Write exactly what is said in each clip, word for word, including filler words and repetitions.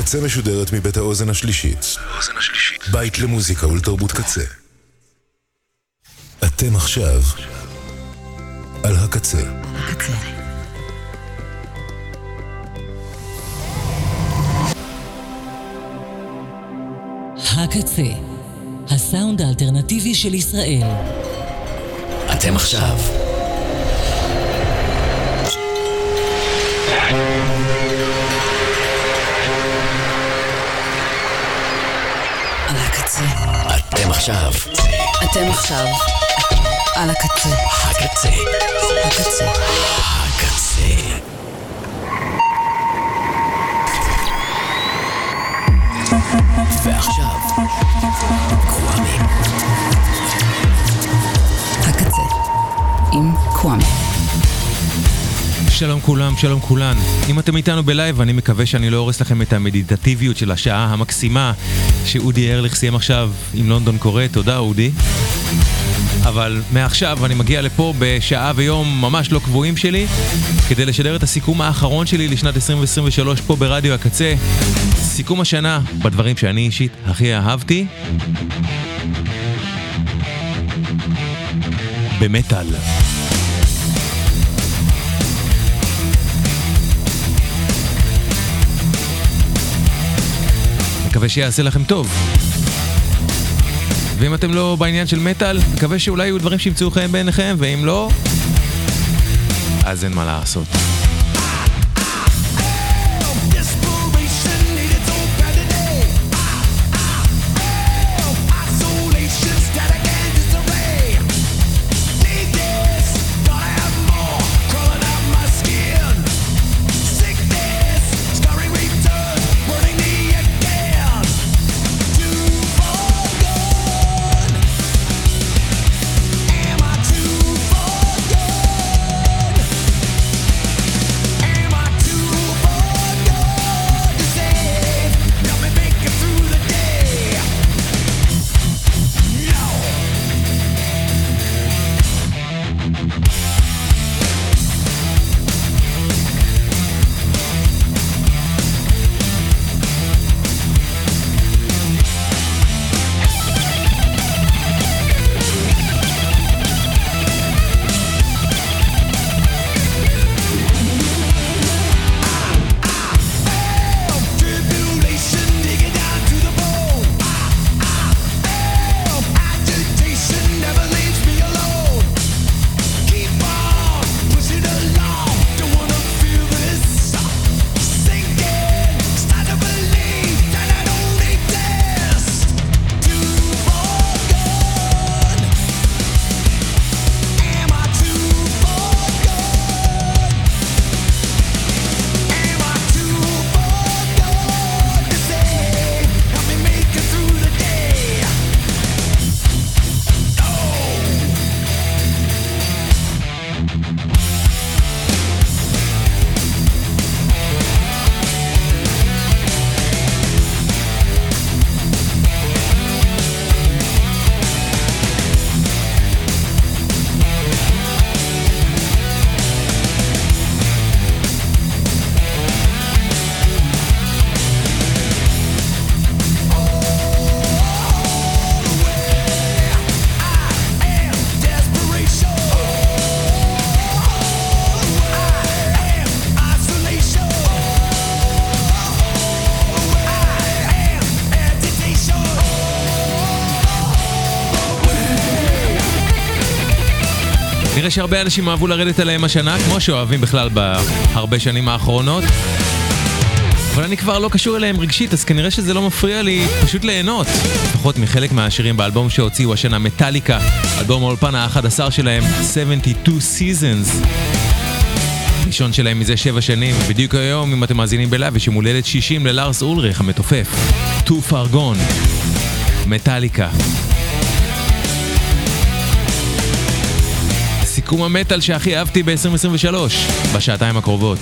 הקצה משודרת מבית האוזן השלישית. בית למוזיקה ולתרבות קצה. אתם עכשיו על הקצה. הקצה. הקצה, הסאונד האלטרנטיבי של ישראל. אתם עכשיו על הקצה. אתם עכשיו אתם עכשיו על הקצה. הקצה. הקצה. הקצה. ועכשיו קוואמי. הקצה עם קוואמי. שלום כולם, שלום כולן. אם אתם איתנו בלייב, אני מקווה שאני לא הורס לכם את המדיטטיביות של השעה המקסימה שאודי ארליך סיים עכשיו עם לונדון קורא. תודה אודי. אבל מעכשיו אני מגיע לפה בשעה ויום ממש לא קבועים שלי כדי לשדר את הסיכום האחרון שלי לשנת עשרים עשרים ושלוש פה ברדיו הקצה. סיכום השנה בדברים שאני אישית הכי אהבתי במטל. מקווה שיעשה לכם טוב. ואם אתם לא בעניין של מטל, מקווה שאולי יהיו דברים שימצאו חיים בעיניכם, ואם לא, אז אין מה לעשות. נראה שהרבה אנשים אהבו לרדת עליהם השנה, כמו שאוהבים בכלל בהרבה שנים האחרונות. אבל אני כבר לא קשור אליהם רגשית, אז כנראה שזה לא מפריע לי פשוט ליהנות. לפחות מחלק מהשירים באלבום שהוציאו השנה מטאליקה, אלבום האולפן ה-אחד עשר שלהם, שבעים ושתיים Seasons. ראשון שלהם מזה שבע שנים, בדיוק היום, אם אתם מאזינים בלייב, יש יום הולדת שישים ללארס אולריך המתופף. Too Far Gone. מטאליקה. סיכום המטל שהכי אהבתי ב-עשרים עשרים ושלוש, בשעתיים הקרובות.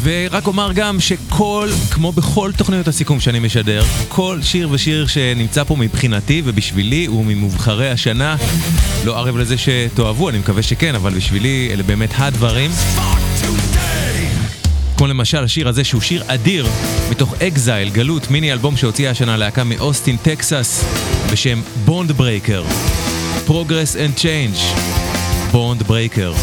ורק אומר גם שכל, כמו בכל תוכניות הסיכום שאני משדר, כל שיר ושיר שנמצא פה מבחינתי ובשבילי הוא ממובחרי השנה. לא ערב לזה שתאהבו, אני מקווה שכן, אבל בשבילי אלה באמת הדברים. כמו למשל השיר הזה שהוא שיר אדיר מתוך אקזייל, גלות, מיני אלבום שהוציאה השנה להקה מאוסטין, טקסס, בשם בונד ברייקר. Progress and Change, בונד ברייקר.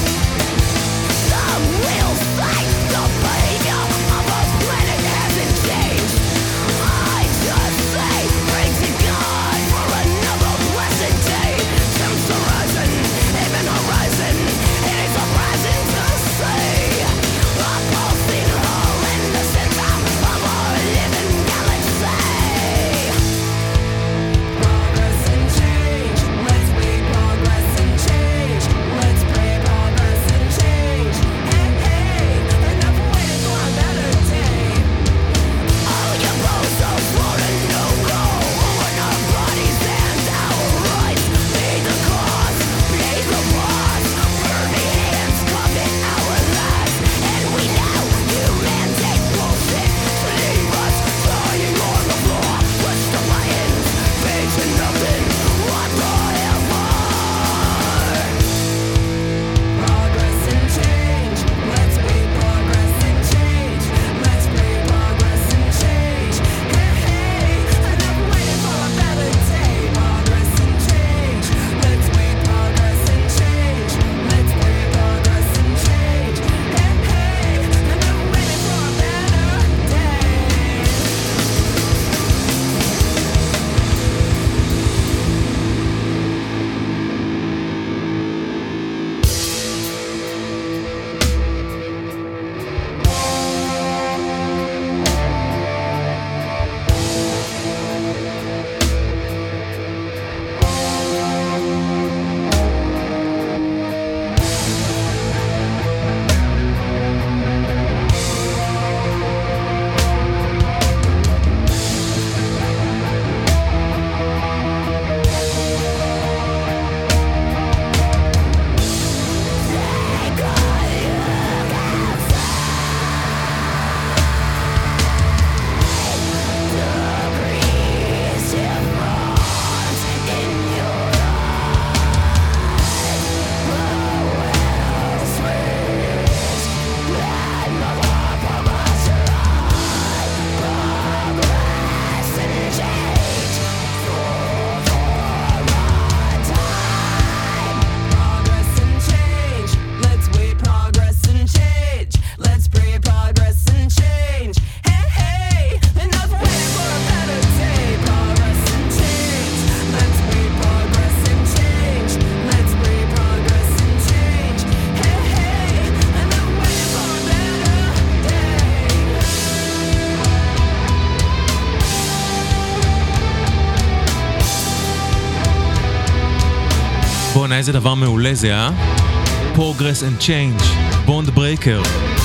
בואנה, איזה דבר מעולה זה, אה? Progress and Change, בונד ברייקר.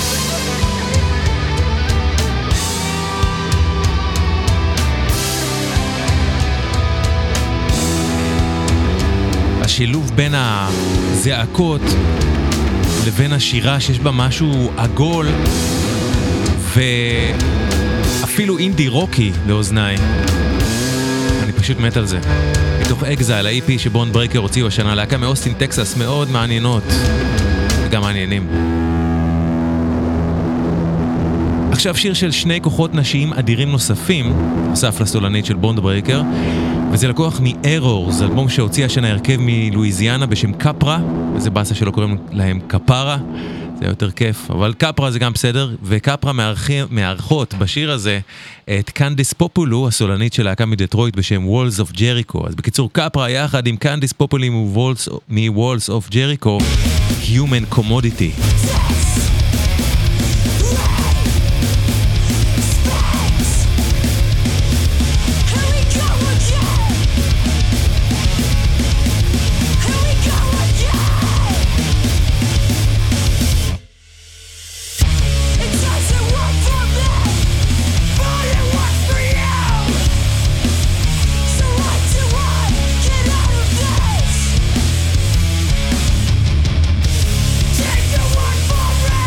השילוב בין הזעקות לבין השירה שיש בה משהו עגול ואפילו אינדי רוקי לאוזניי. אני פשוט מת על זה. מתוך אקזייל, ה-אי פי שבונד ברייקר הוציאו השנה, להקה מאוסטין, טקסס, מאוד מעניינות וגם מעניינים. עכשיו שיר של שני כוחות נשיים אדירים נוספים, נוסף לסולנית של בונד ברייקר, וזה לקוח מ-Error, זה אלבום שהוציא השנה הרכב מלואיזיאנה בשם קפרה, וזה באסה שלא קוראים להם קפרה, זה יותר כיף, אבל קפרה זה גם בסדר, וקפרה מארחות בשיר הזה את קנדיס פופולו, הסולנית של להקה מדטרויט בשם Walls of Jericho. אז בקיצור, קפרה יחד עם קנדיס פופולי מ-Walls of Jericho, Human Commodity. Take the one for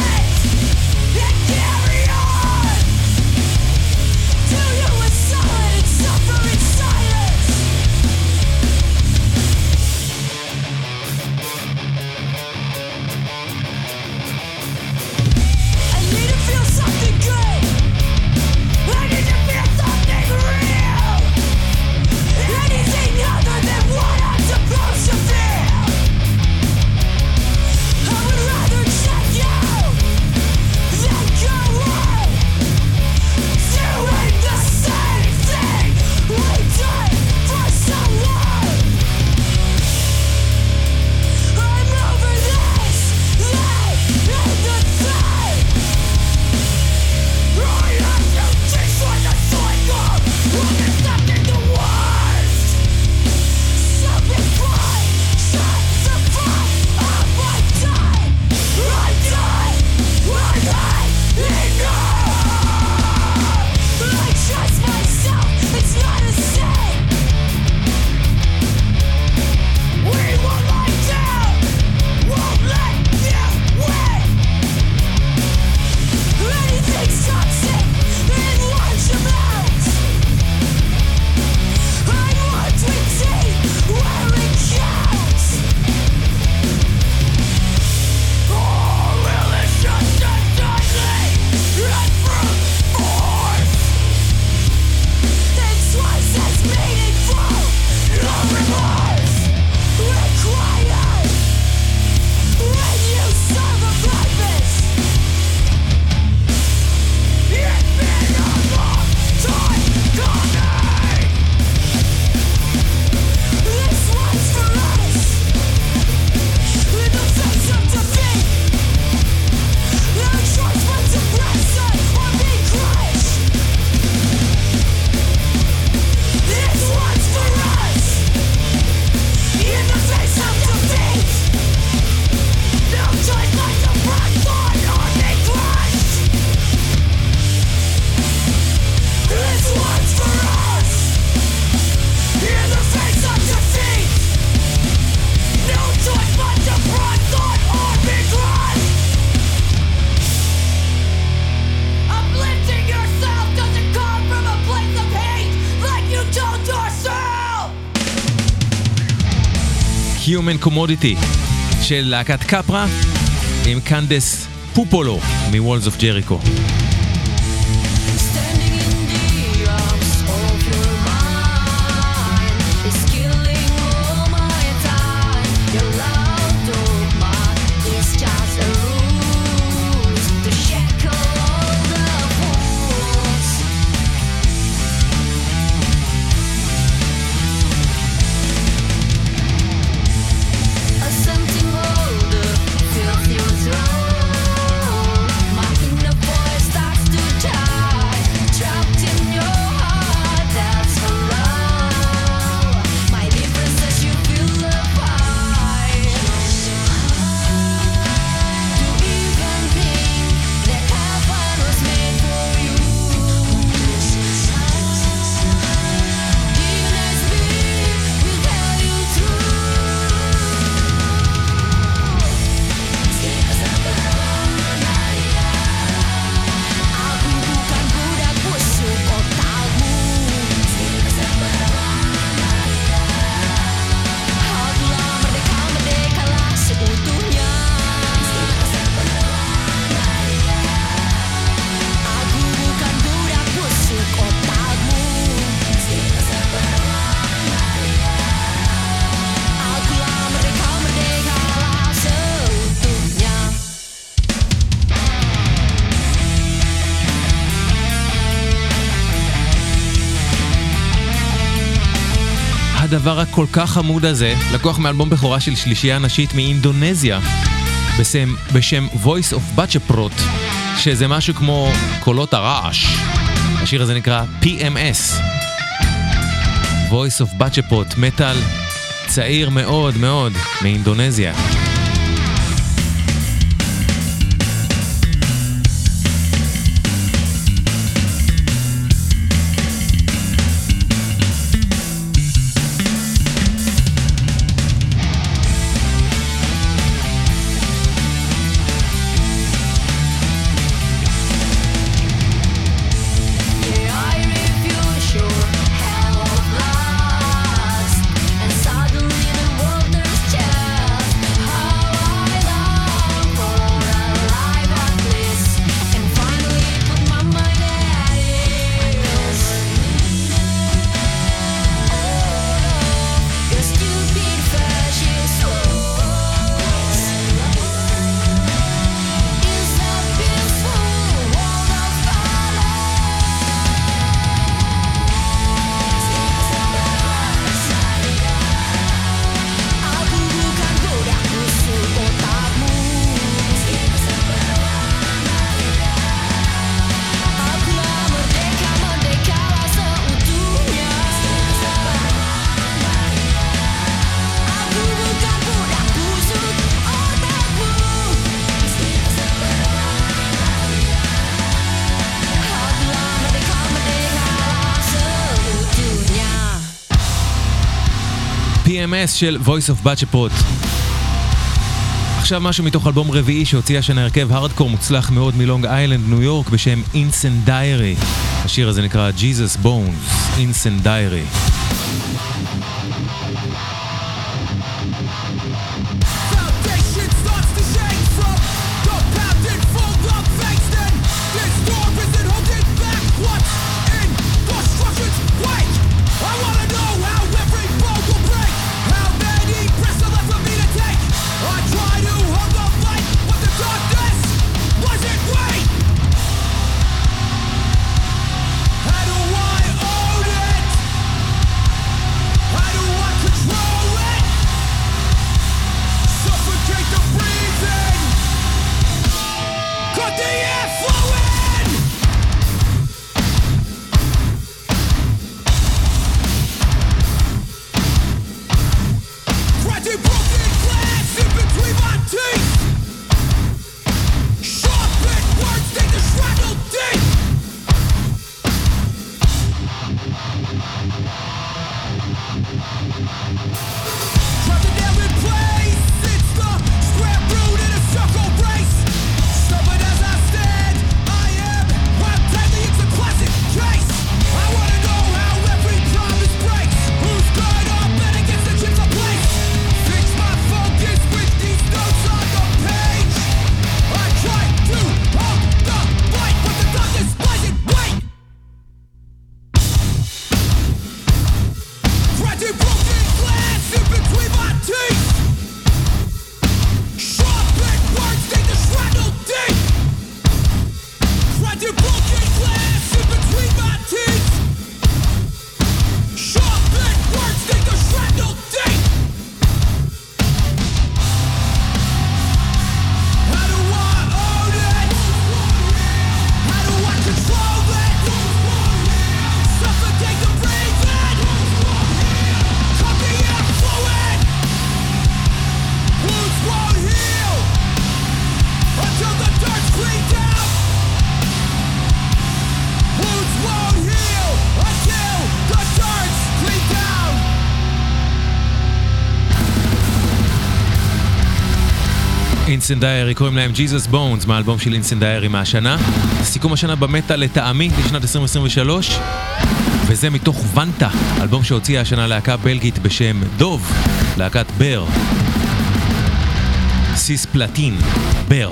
Human Commodity של להקת קפרה עם קנדס פופולו מ-Walls of Jericho. הדבר הכל כך חמוד הזה לקוח מאלבום בכורה של שלישייה נשית מאינדונזיה בשם, בשם Voice of Bachaprot, שזה משהו כמו קולות הרעש. השיר הזה נקרא פי אם אס, Voice of Bachaprot, מטל צעיר מאוד מאוד מאינדונזיה. פי אם אס של Voice of Bachaprot. עכשיו משהו מתוך אלבום רביעי שהוציא השנה הרכב הארדקור מוצלח מאוד מלונג איילנד, ניו יורק, בשם Incendiary. השיר הזה נקרא Jesus Bones, Incendiary. So אינסנדיירי, קוראים להם Jesus Bones, מהאלבום של אינסנדיירי מהשנה. סיכום השנה במטה לטעמי לשנת עשרים עשרים ושלוש, וזה מתוך ונטה, אלבום שהוציאה השנה להקה בלגית בשם דוב, להקת בר. סיספלטין, בר.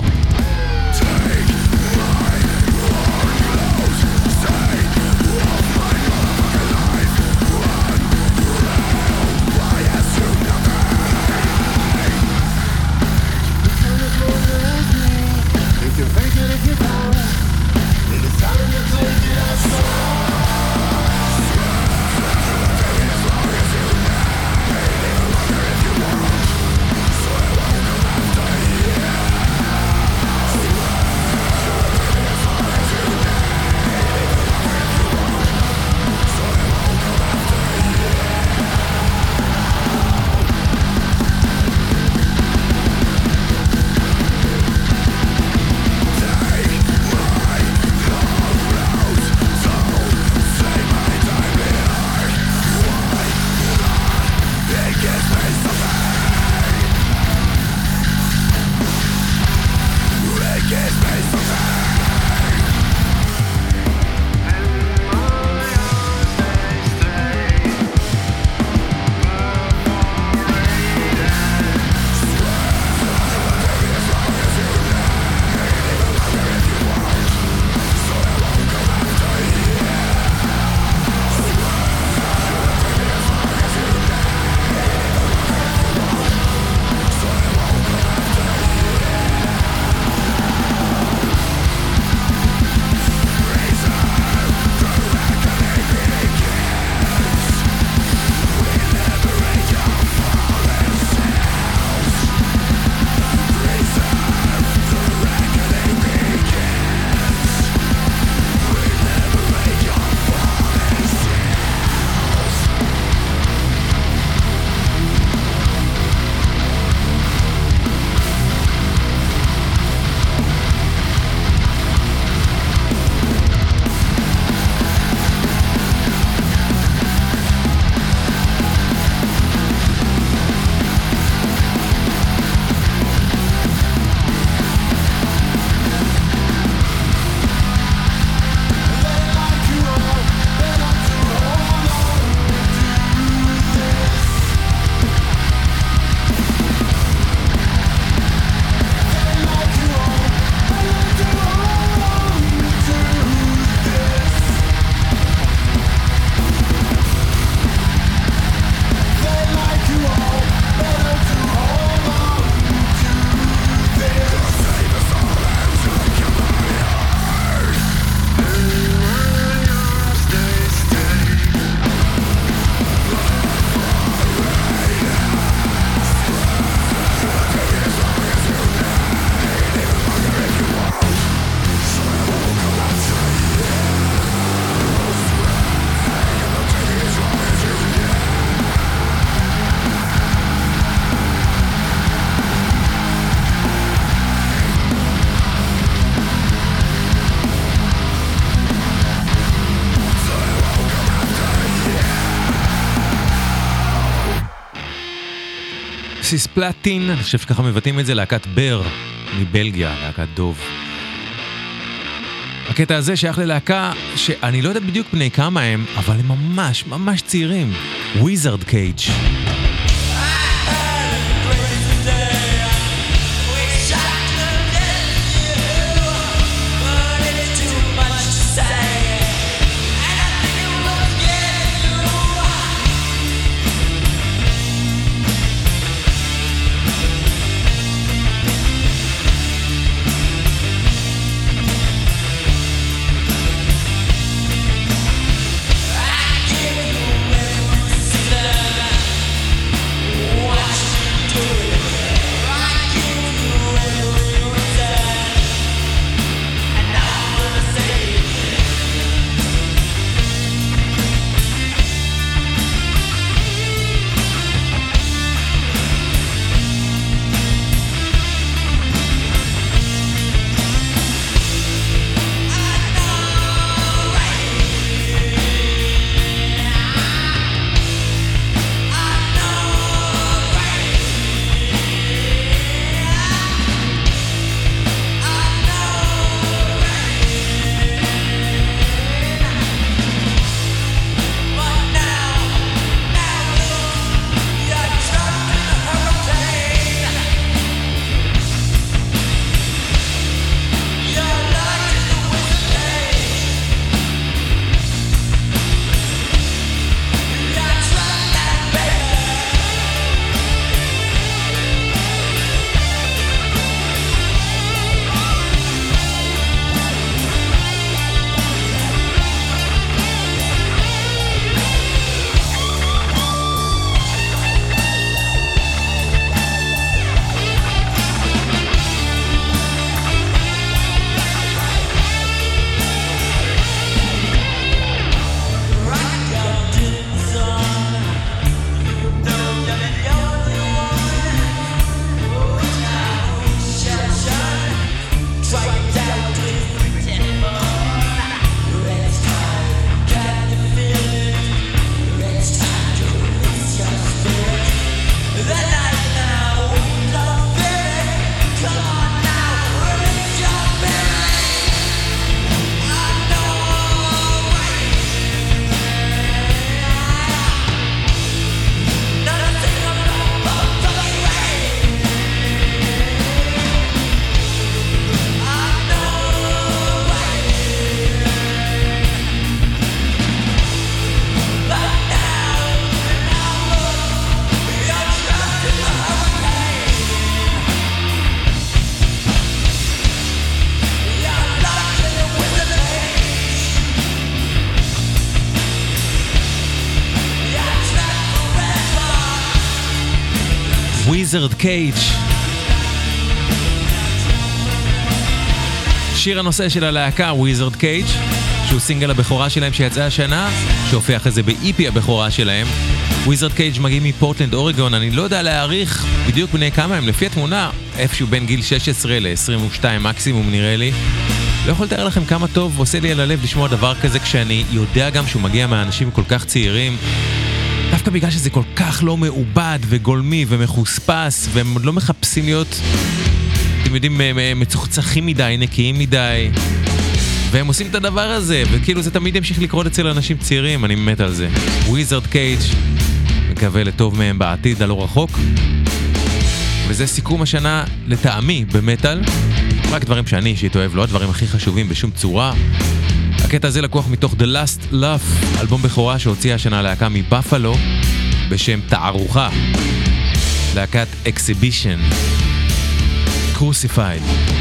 סיספלטין, אני חושב שככה מבטאים את זה, להקת בר מבלגיה, להקת דוב. הקטע הזה שייך ללהקה שאני לא יודעת בדיוק בני כמה הם, אבל הם ממש ממש צעירים. וויזרד קייג'. Wizard Cage. שיר הנושא של הלהקה Wizard Cage, שהוא סינגל הבכורה שלהם שיצא השנה, שהופיע אחרי זה ב-אי פי הבכורה שלהם. Wizard Cage מגיעים מפורטלנד אורגון, אני לא יודע להעריך בדיוק בני כמה הם, לפי התמונה איפשהו בין גיל שש עשרה ל-עשרים ושתיים מקסימום נראה לי. לא יכול לתאר לכם כמה טוב ועושה לי על הלב לשמוע דבר כזה כשאני יודע גם שהוא מגיע מהאנשים כל כך צעירים, דווקא בגלל שזה כל כך לא מעובד וגולמי ומחוספס, והם עוד לא מחפשים להיות, אתם יודעים, מצוחצחים מדי, נקיים מדי, והם עושים את הדבר הזה, וכאילו זה תמיד ימשיך לקרות אצל אנשים צעירים, אני מת על זה. Wizard Cage, מקווה לטוב מהם בעתיד הלא רחוק. וזה סיכום השנה לטעמי במטל, רק דברים שאני אישית אוהב, לא הדברים הכי חשובים בשום צורה. הקטע הזה לקוח מתוך The Last Laugh, אלבום בכורה שהוציאה השנה להקה מבאפלו בשם תערוכה, להקת Exhibition, Crucified.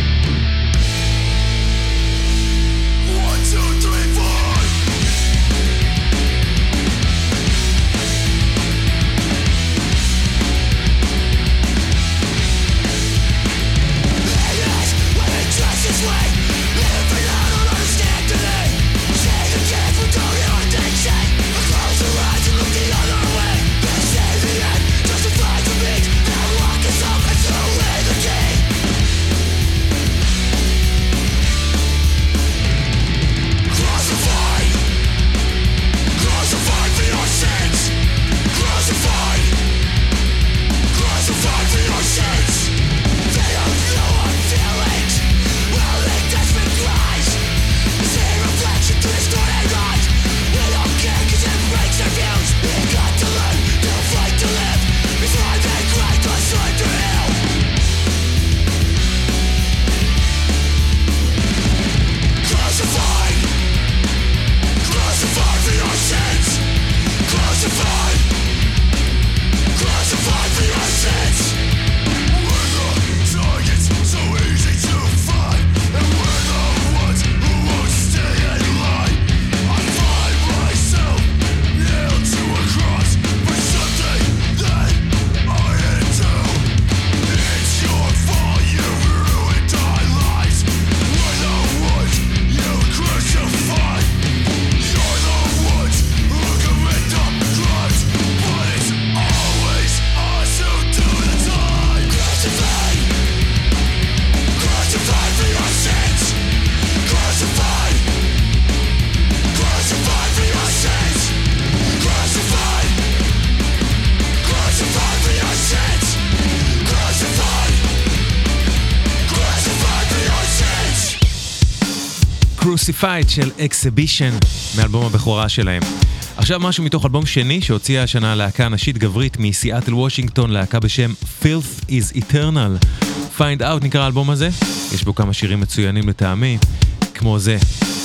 Crucified של Exhibition מאלבום הבכורה שלהם. עכשיו משהו מתוך אלבום שני שהוציאה השנה להקה נשית גברית מסיאטל וושינגטון, להקה בשם Filth is Eternal. Find Out נקרא האלבום הזה, יש בו כמה שירים מצוינים לטעמי, כמו זה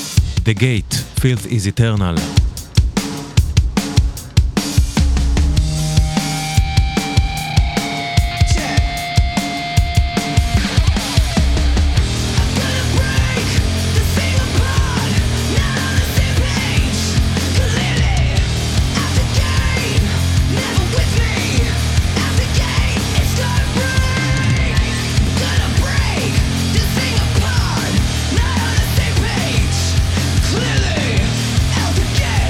The Gate, Filth is Eternal. Clearly, out the gate.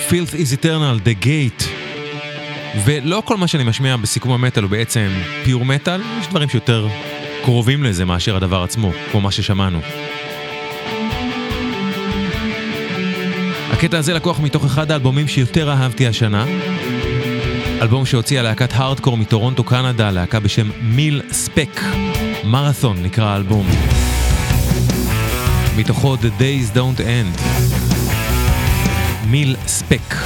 Filth is Eternal, The Gate. ולא כל מה שאני משמיע בסיכום המטל הוא בעצם פיור מטל, יש דברים שיותר קרובים לזה מאשר הדבר עצמו, כמו מה ששמענו. הקטע הזה לקוח מתוך אחד האלבומים שיותר אהבתי השנה, אלבום שהוציאה להקת הארדקור מטורונטו קנדה, להקה בשם מיל ספק, מרתון נקרא האלבום, מתוכו The Days Don't End. מיל ספק.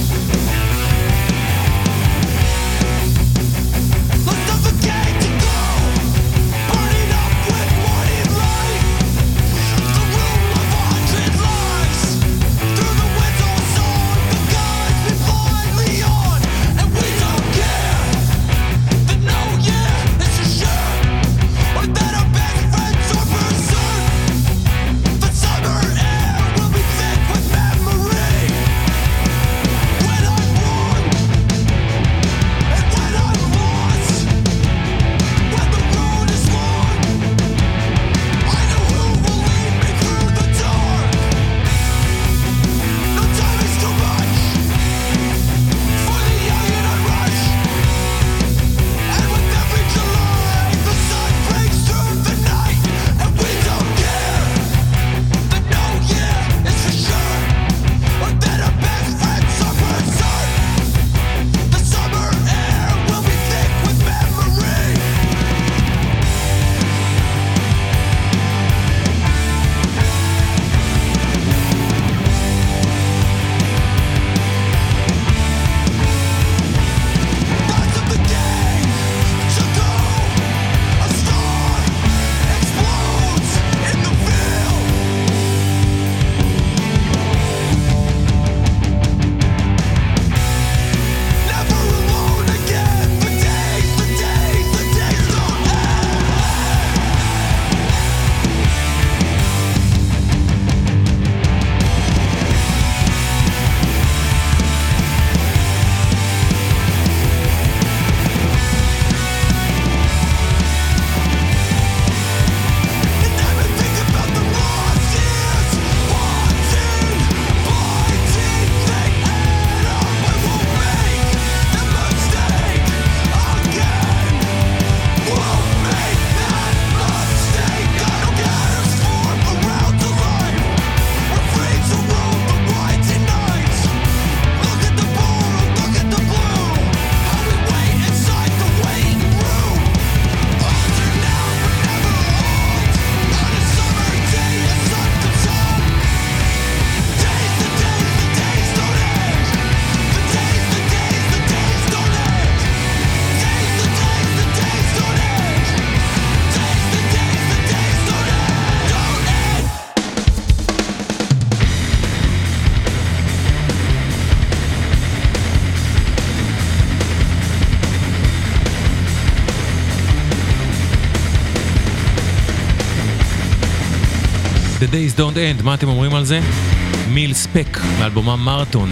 The Days Don't End, מה אתם אומרים על זה? מיל ספק, מאלבומה מרתון.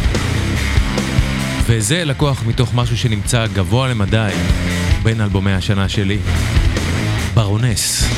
וזה לקוח מתוך משהו שנמצא גבוה למדי בין אלבומי השנה שלי, ברונס.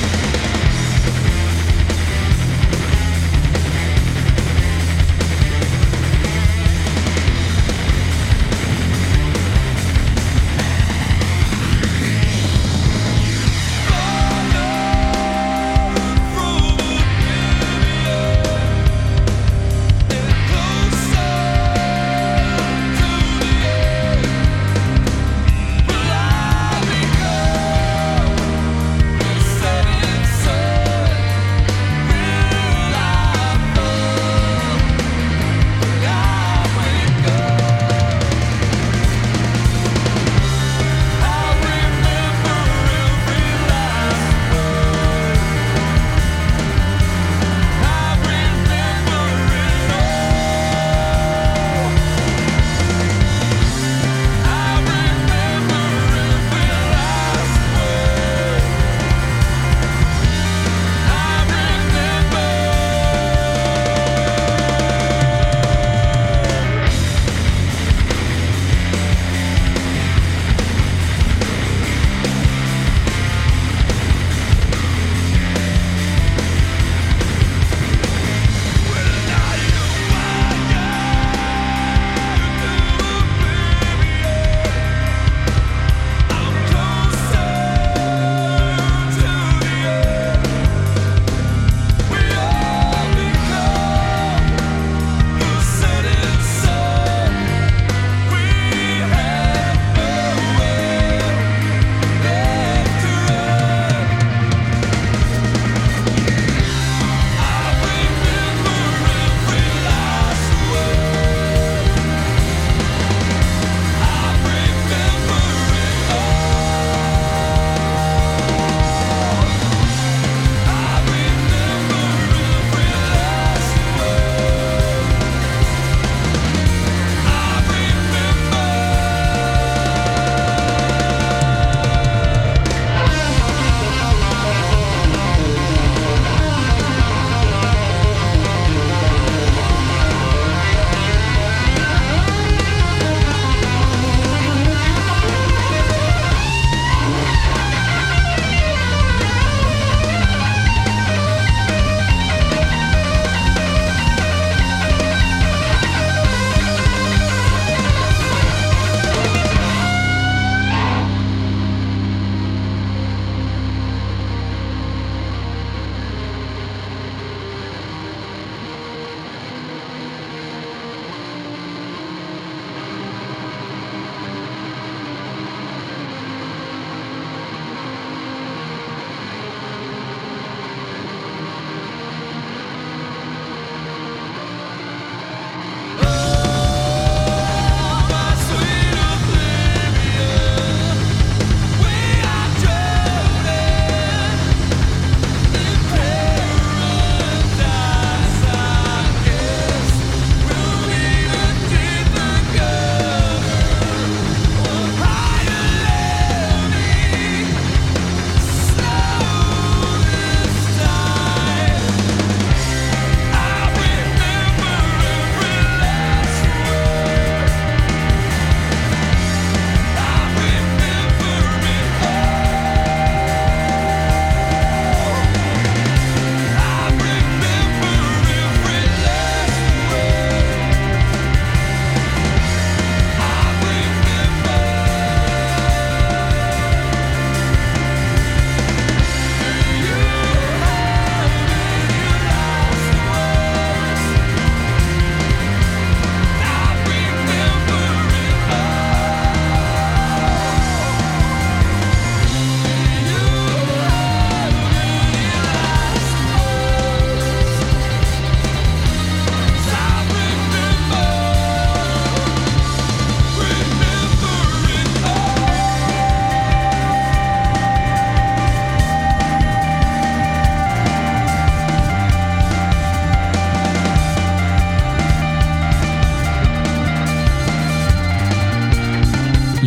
Setting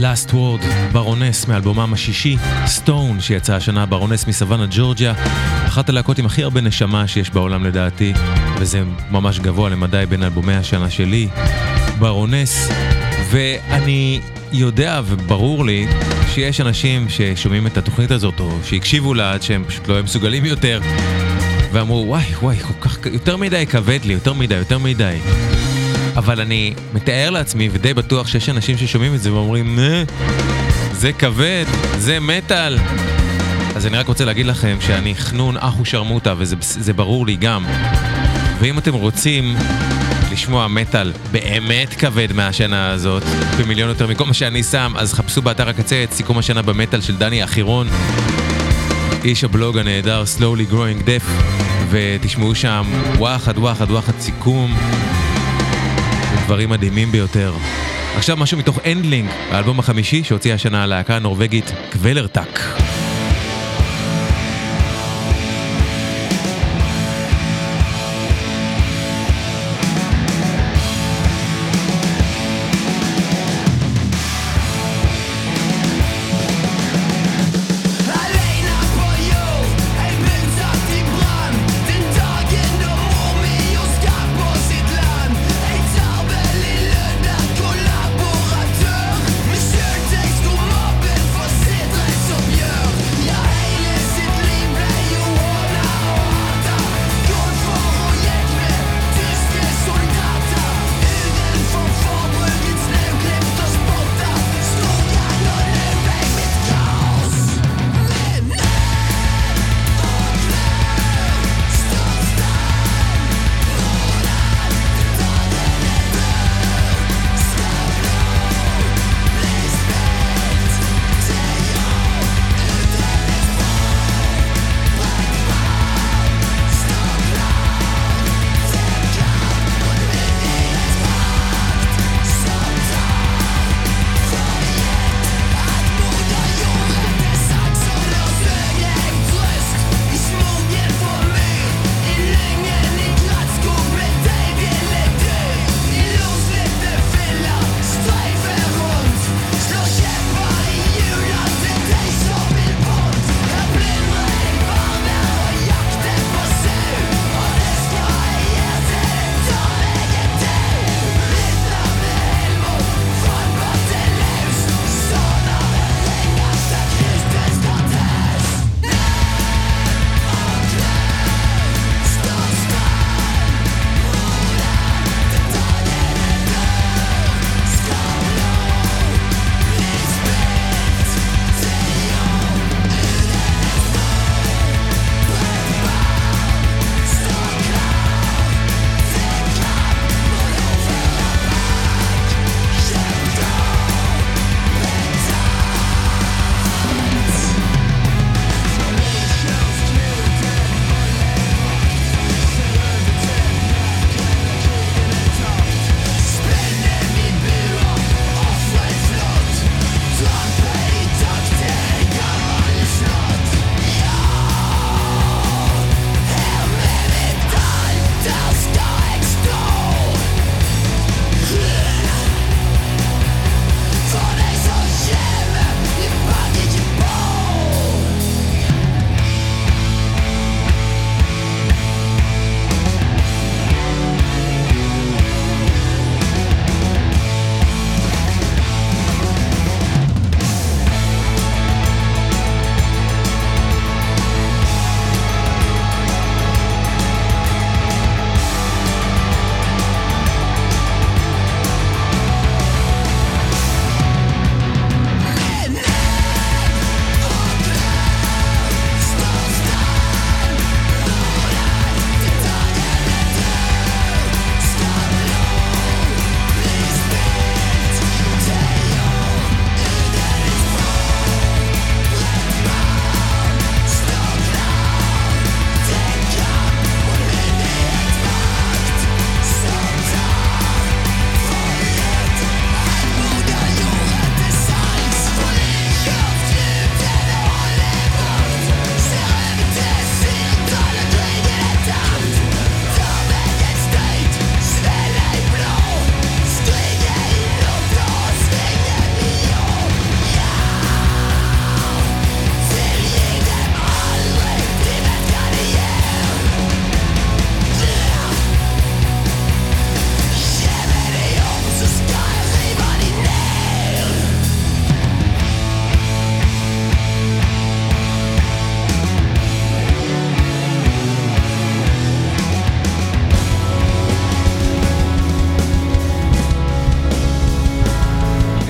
Last Word, ברונס מאלבומם השישי, Stone, שיצא השנה, ברונס מסוואנה ג'ורג'יה, אחת הלהקות עם הכי הרבה נשמה שיש בעולם לדעתי, וזה ממש גבוה למדי בין אלבומי השנה שלי, ברונס, ואני יודע וברור לי שיש אנשים ששומעים את התוכנית הזאת, או שהקשיבו לה עד שהם פשוט לא הם מסוגלים יותר, ואמרו, וואי, וואי, כל כך, יותר מדי כבד לי, יותר מדי, יותר מדי. אבל אני מתאר לעצמי, ודי בטוח שיש אנשים ששומעים את זה ואומרים, זה כבד, זה מטל. אז אני רק רוצה להגיד לכם שאני חנון אחו שרמוטה, וזה זה ברור לי גם. ואם אתם רוצים לשמוע מטל באמת כבד מהשנה הזאת, במיליון יותר מכל מה שאני שם, אז חפשו באתר הקצה את סיכום השנה במטל של דני אחירון, איש הבלוג הנהדר Slowly Growing Deaf, ותשמעו שם וואחד וואחד וואחד סיכום, דברים מדהימים ביותר. עכשיו משהו מתוך אנדלינג, האלבום החמישי שהוציאה השנה הלהקה הנורווגית קוולרטק. Monsieur le texte ou mobbing, faut c'est très so bien.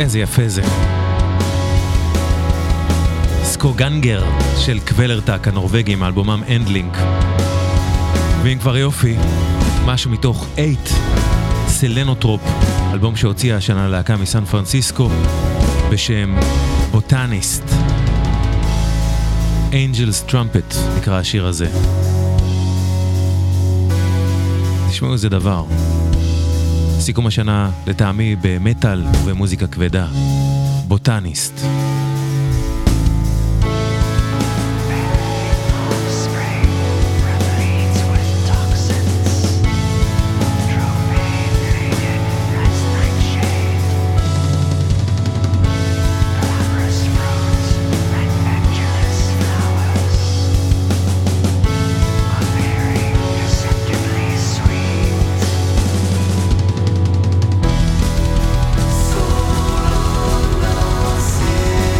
איזה יפה זה. סקוגנגר של קוולרטק הנורווגים, האלבומם אנדלינק. ואם כבר יופי, משהו מתוך אייט, סלנוטרופ, אלבום שהוציאה השנה להקה מסן פרנסיסקו בשם בוטניסט. Angel's Trumpet נקרא השיר הזה. תשמעו איזה דבר. סיכום השנה לטעמי במטל ובמוזיקה כבדה. בוטניסט. Soul,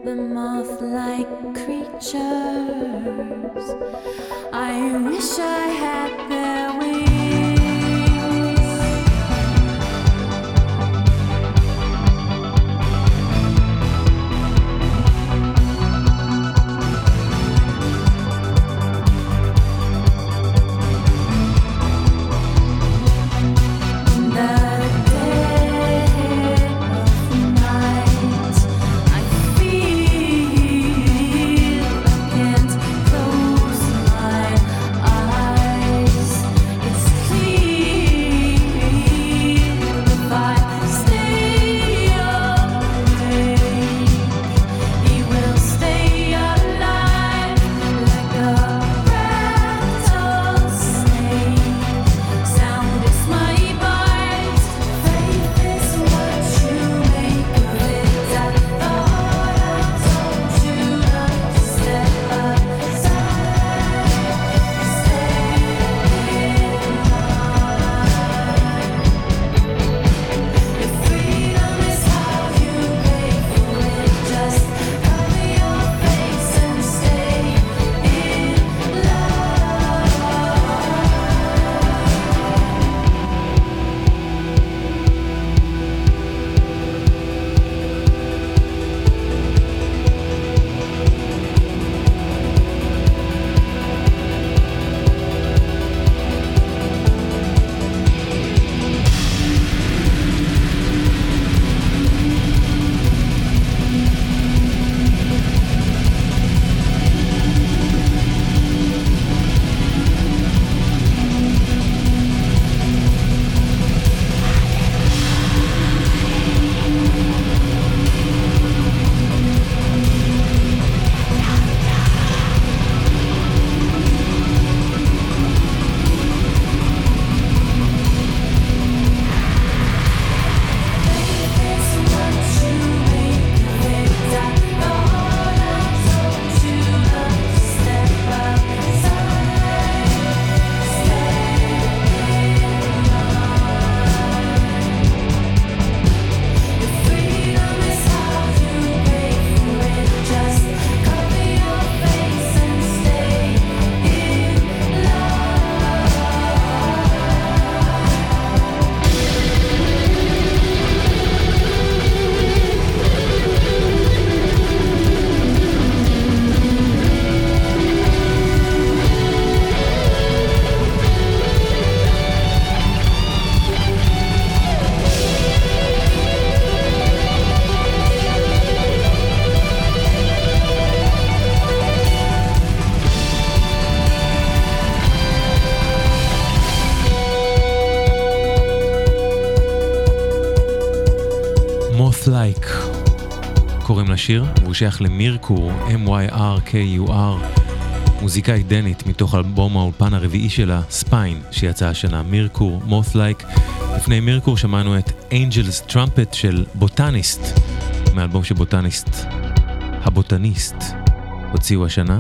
the moth-like creatures. I wish I had their wings. Moth-like קוראים לשיר, והוא שייך למירקור, M Y R K U R, מוזיקאית דנית מתוך אלבום האולפן הרביעי שלה, ספיין, שיצא השנה. מירקור, Moth-like. לפני מירקור שמענו את Angel's Trumpet של בוטניסט, מאלבום שבוטניסט, הבוטניסט, הוציאו השנה.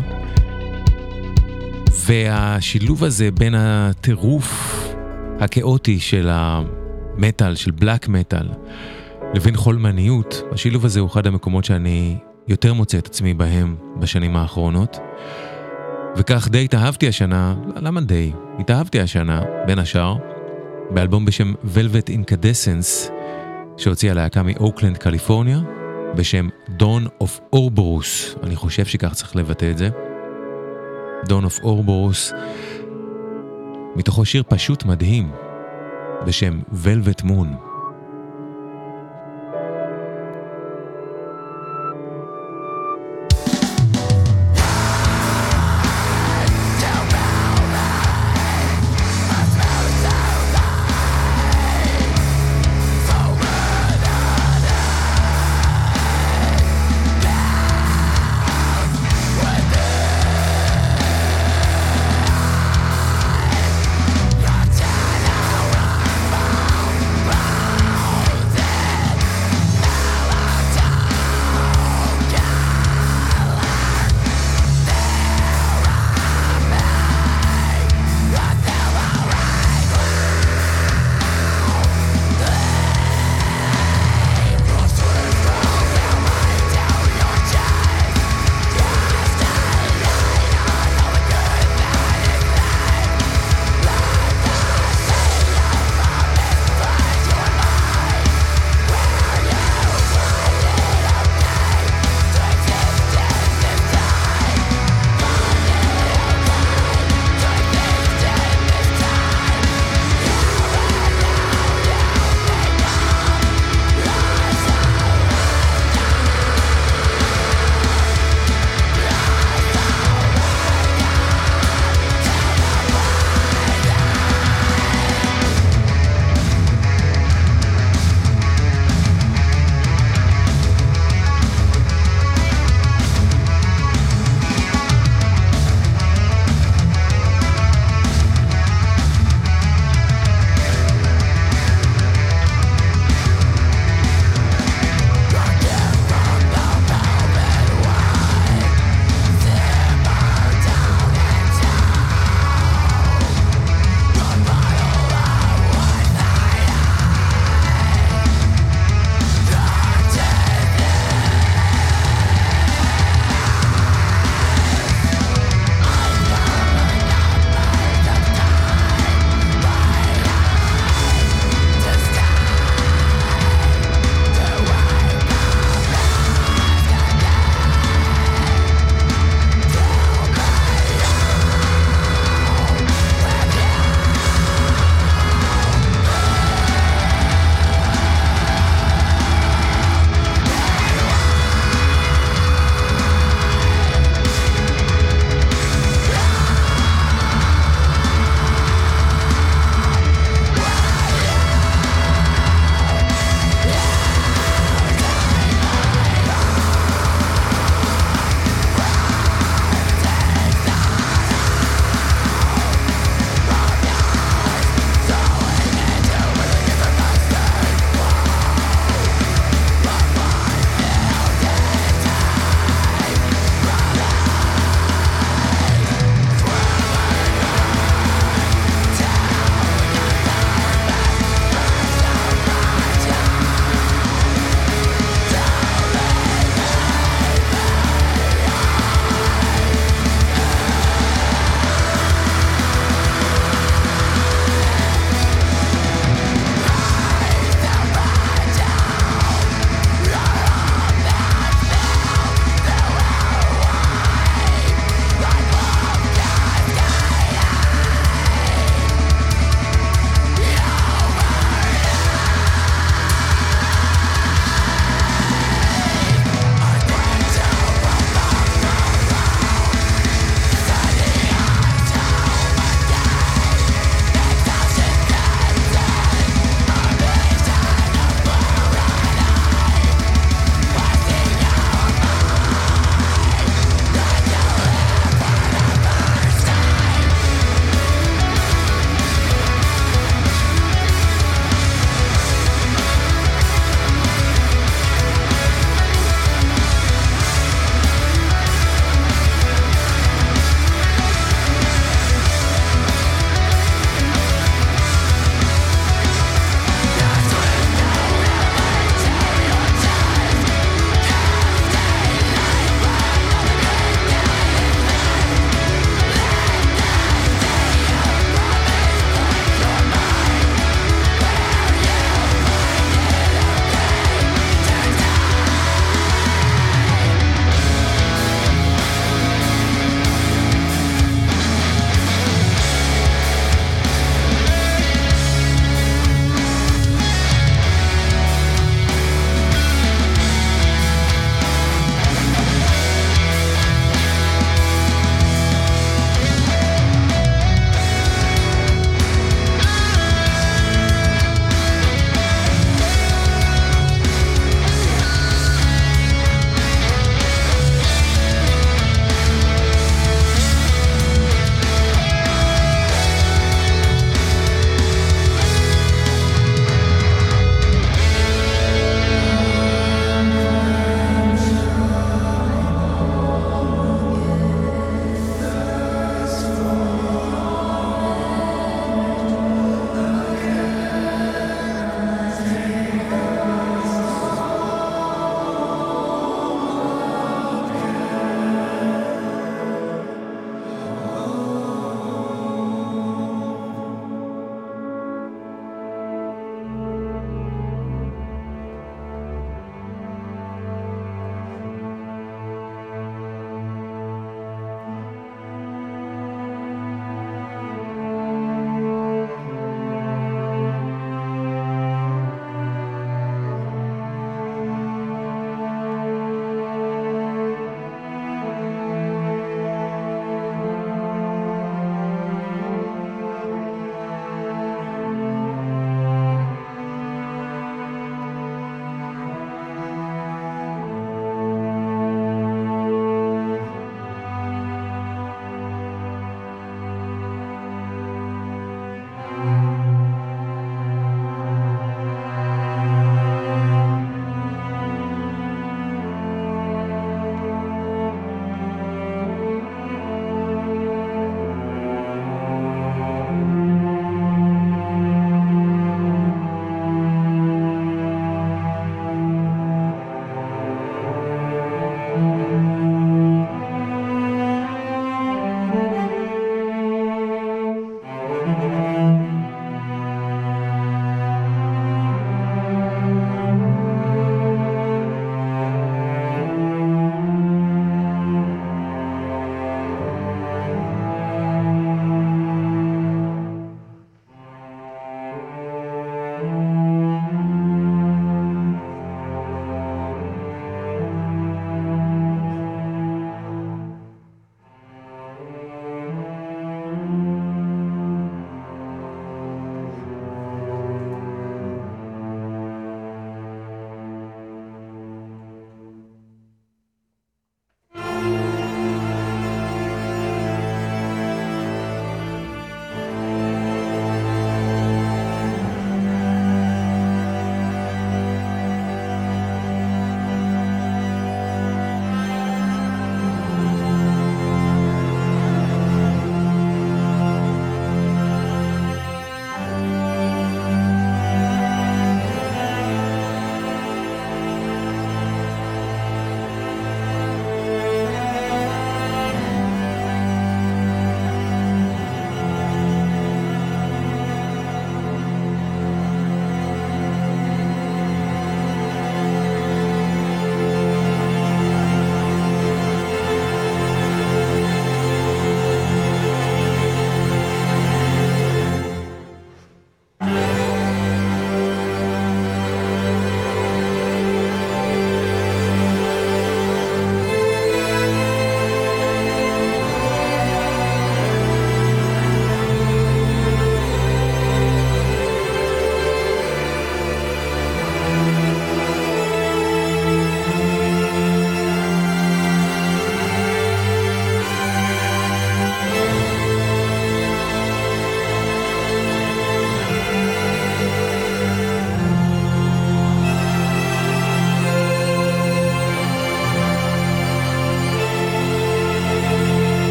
והשילוב הזה בין הטירוף הכאוטי של המטל, של בלק מטל, לבין חולמניות, השילוב הזה הוא אחד המקומות שאני יותר מוצא את עצמי בהם בשנים האחרונות. וכך די התאהבתי השנה, למה די? התאהבתי השנה, בין השאר, באלבום בשם Velvet Incandescence, שהוציאה להקה מאוקלנד, קליפורניה, בשם Dawn of Ouroboros. אני חושב שכך צריך לבטא את זה. Dawn of Ouroboros, מתוכו שיר פשוט מדהים, בשם Velvet Moon. Bye.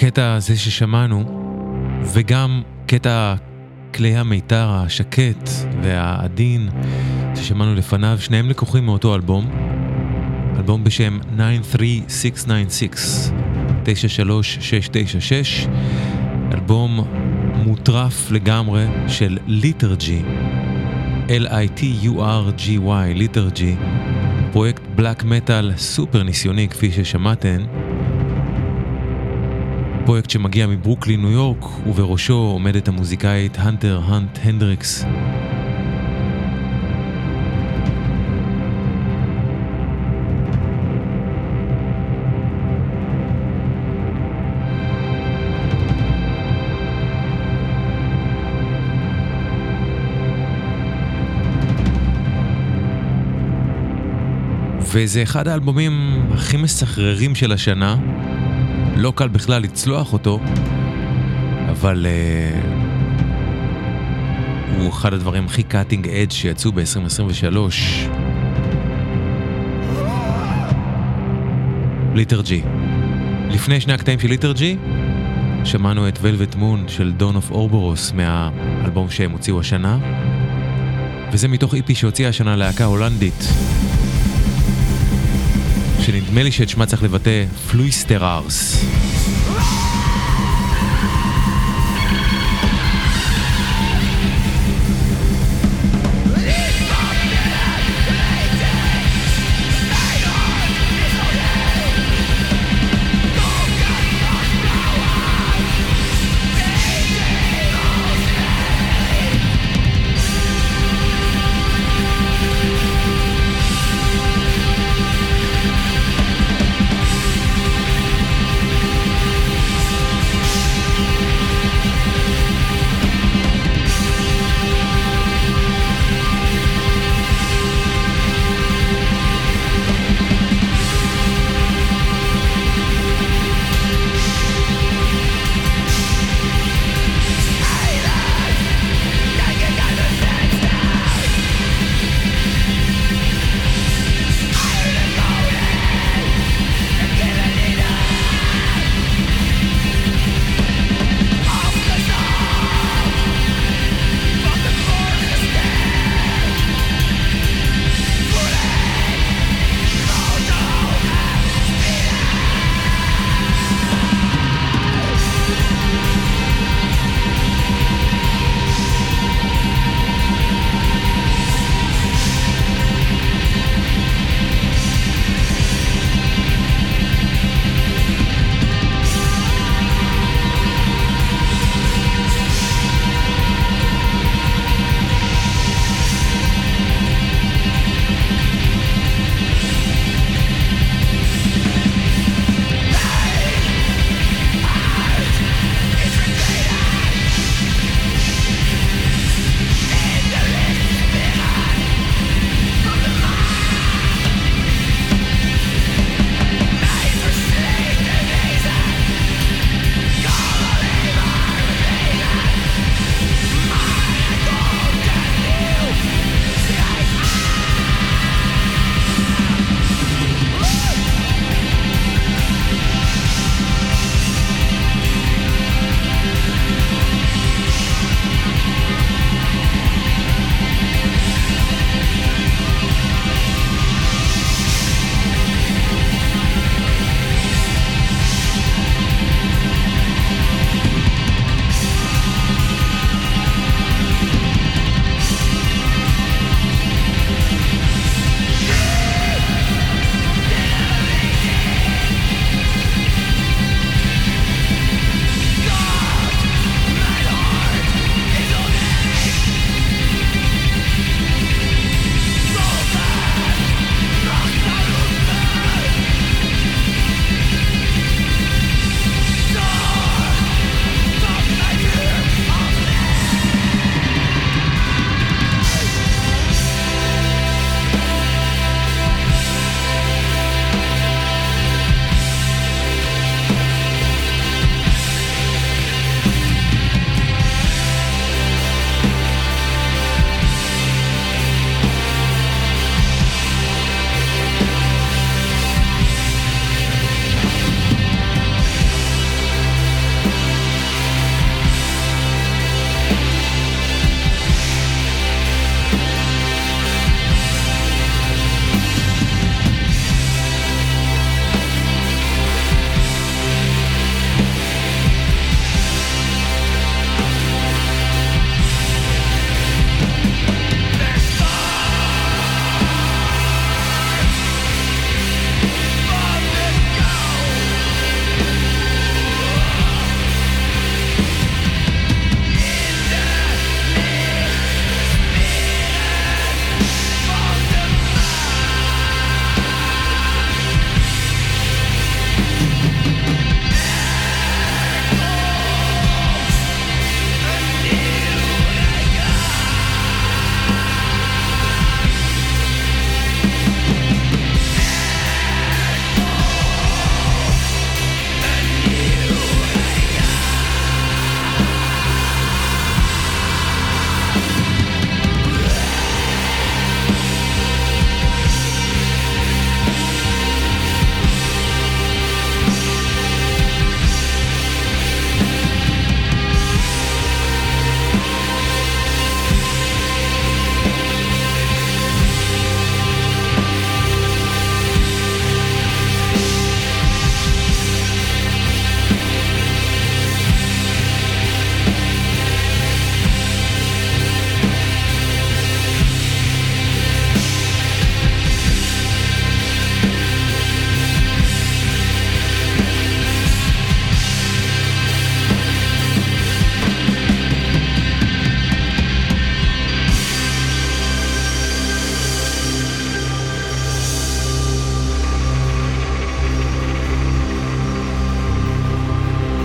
הקטע הזה ששמענו, וגם קטע כלי המיתר השקט והעדין ששמענו לפניו, שניהם לקוחים מאותו אלבום, אלבום בשם תשע שלוש שש תשע שש, תשע שלוש שש תשע שש, אלבום מוטרף לגמרי של ליטרג'י, L-I-T-U-R-G-Y, ליטרג'י, פרויקט בלק מטל סופר ניסיוני כפי ששמעתם, פרויקט שמגיע מברוקלין, ניו יורק, ובראשו עומדת המוזיקאית הנטר הנט הנדריקס. וזה אחד האלבומים הכי מסחררים של השנה. לא קל בכלל לצלוח אותו, אבל uh, הוא אחד הדברים הכי קאטינג אדג' שיצאו ב-עשרים עשרים ושלוש. ליטרג'י. לפני שני הקטעים של ליטרג'י, שמענו את Velvet Moon של Dawn of Ouroboros מהאלבום שהם הוציאו השנה, וזה מתוך איפי שהוציאה השנה להקה הולנדית, שנדמה לי שאת שמה צריך לבטא פלויסטרארס.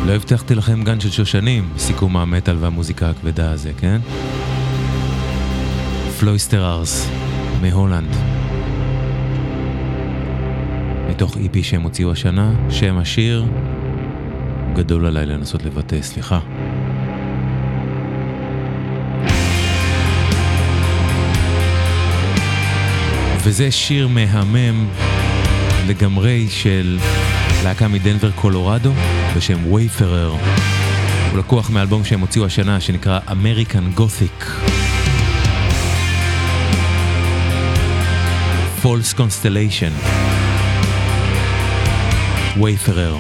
לא הבטחתי לכם גן של שושנים, סיכום המטל והמוזיקה הכבדה הזה, כן? פלויסטררס, מהולנד. מתוך אי פי שהם הוציאו השנה, שם השיר, גדול עליי לנסות לבטא, סליחה. וזה שיר מהמם לגמרי של להקה מדנבר קולורדו בשם וייפרר. הוא לקוח מאלבום שהם הוציאו השנה שנקרא American Gothic. False Constellation. וייפרר.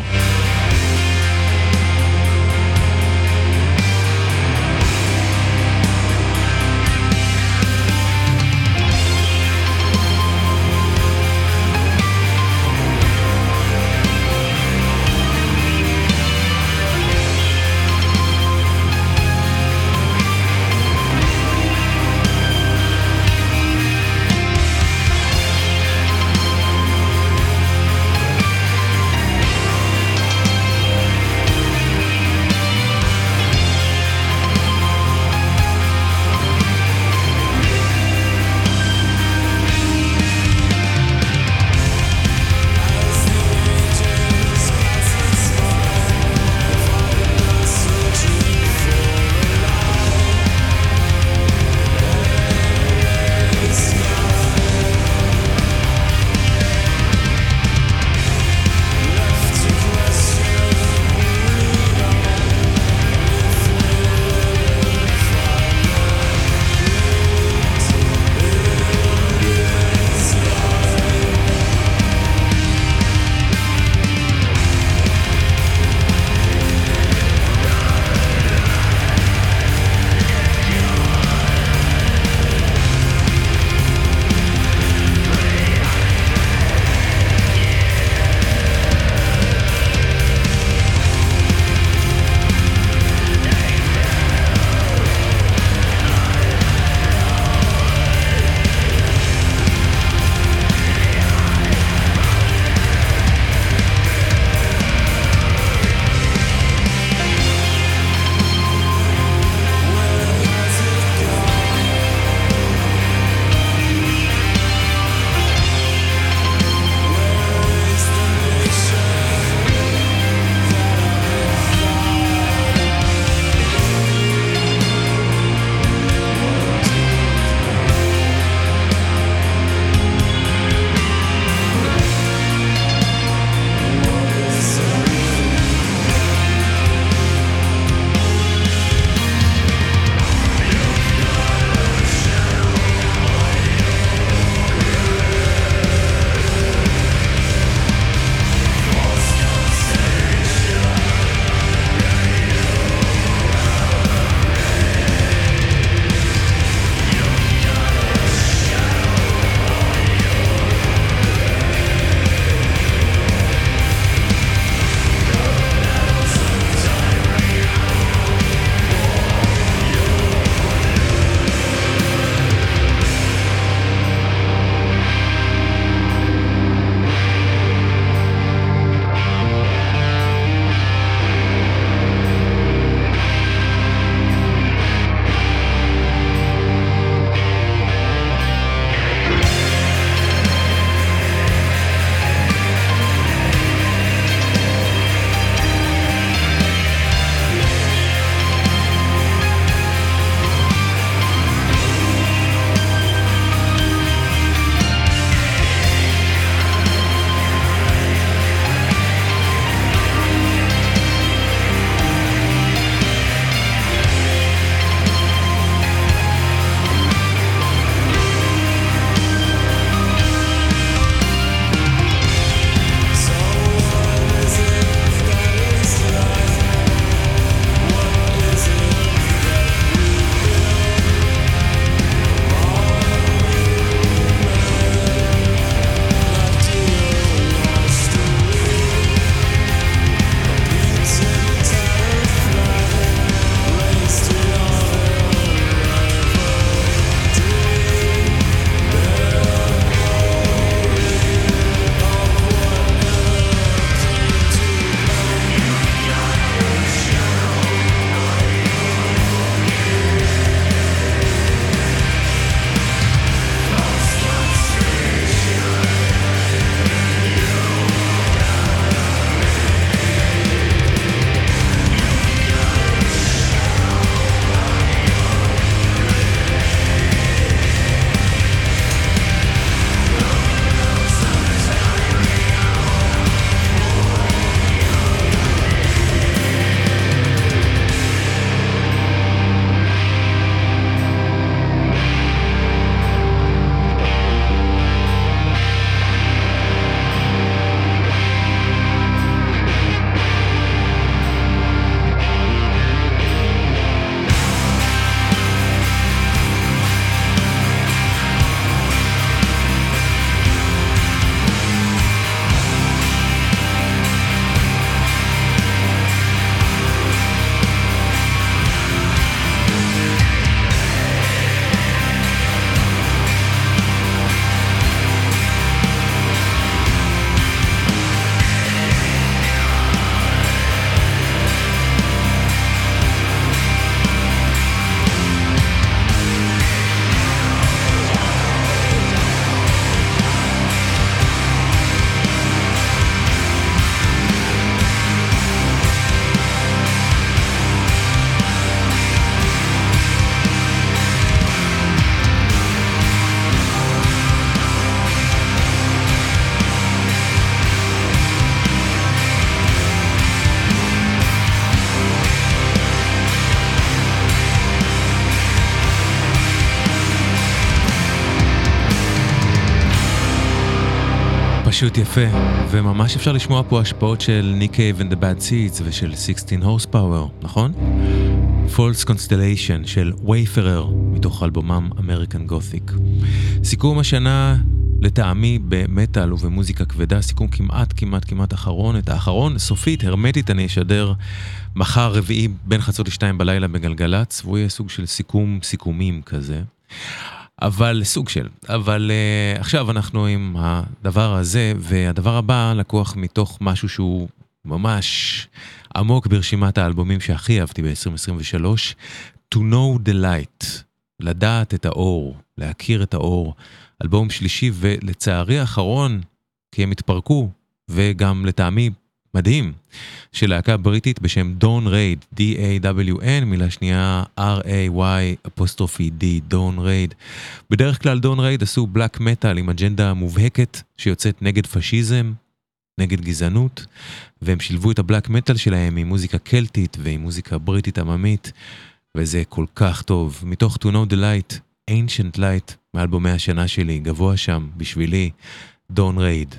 פשוט יפה, וממש אפשר לשמוע פה השפעות של ניק קייב and the Bad Seeds ושל sixteen Horsepower, נכון? False Constellation של Wayfarer מתוך אלבומם American Gothic. סיכום השנה לטעמי במטל ובמוזיקה כבדה, סיכום כמעט כמעט כמעט אחרון, את האחרון סופית, הרמטית, אני אשדר מחר רביעי בין חצות לשתיים בלילה בגלגלצ, והוא יהיה סוג של סיכום סיכומים כזה. אבל סוג של, אבל uh, עכשיו אנחנו עם הדבר הזה, והדבר הבא לקוח מתוך משהו שהוא ממש עמוק ברשימת האלבומים שהכי אהבתי ב-עשרים עשרים ושלוש, To Know the Light, לדעת את האור, להכיר את האור, אלבום שלישי ולצערי האחרון, כי הם התפרקו, וגם לטעמי מדהים, של להקה בריטית בשם Dawn Raid, D-A-W-N, מילה שנייה R-A-Y אפוסטרופי D, Dawn Raid. בדרך כלל Dawn Raid עשו בלק מטל עם אג'נדה מובהקת שיוצאת נגד פשיזם, נגד גזענות, והם שילבו את הבלק מטל שלהם עם מוזיקה קלטית ועם מוזיקה בריטית עממית, וזה כל כך טוב. מתוך To Know the Light, Ancient Light, מאלבומי השנה שלי, גבוה שם בשבילי, Dawn Raid.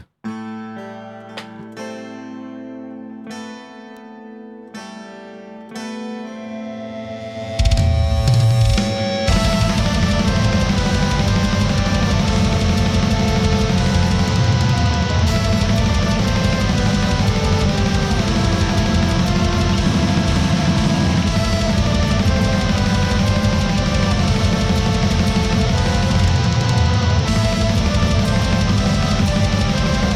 I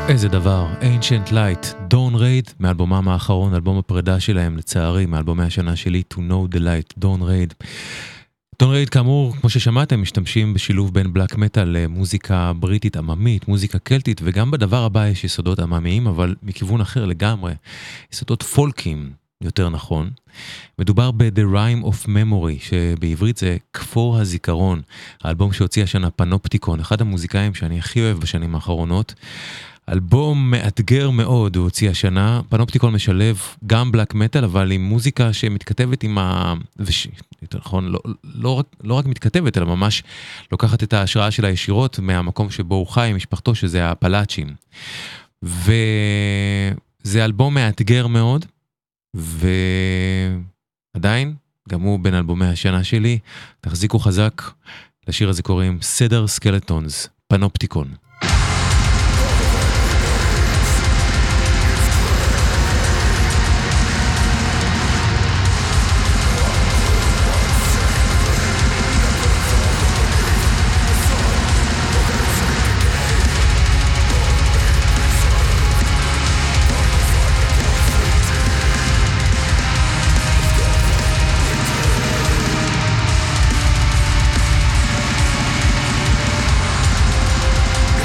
איזה דבר, Ancient Light, Dawn Raid, מאלבומם האחרון, אלבום הפרידה שלהם, לצערי, מאלבומי השנה שלי, To Know the Light, Dawn Raid. Dawn Raid, כאמור, כמו ששמעתם, משתמשים בשילוב בין בלק מטל למוזיקה בריטית עממית, מוזיקה קלטית, וגם בדבר הבא יש יסודות עממיים, אבל מכיוון אחר לגמרי, יסודות פולקים, יותר נכון. מדובר ב-The Rime of Memory, שבעברית זה כפור הזיכרון, האלבום שהוציא השנה פנופטיקון, אחד המוזיקאים שאני הכי אוהב בשנים האחרונות. אלבום מאתגר מאוד הוא הוציא השנה, פנופטיקון משלב גם בלק מטל, אבל עם מוזיקה שמתכתבת עם ה... וש... יותר נכון, לא, לא, רק, לא רק מתכתבת, אלא ממש לוקחת את ההשראה שלה ישירות מהמקום שבו הוא חי עם משפחתו, שזה הפלאצ'ים. וזה אלבום מאתגר מאוד, ועדיין, גם הוא בין אלבומי השנה שלי, תחזיקו חזק, לשיר הזה קוראים סדר סקלטונס, פנופטיקון. We'll be right back.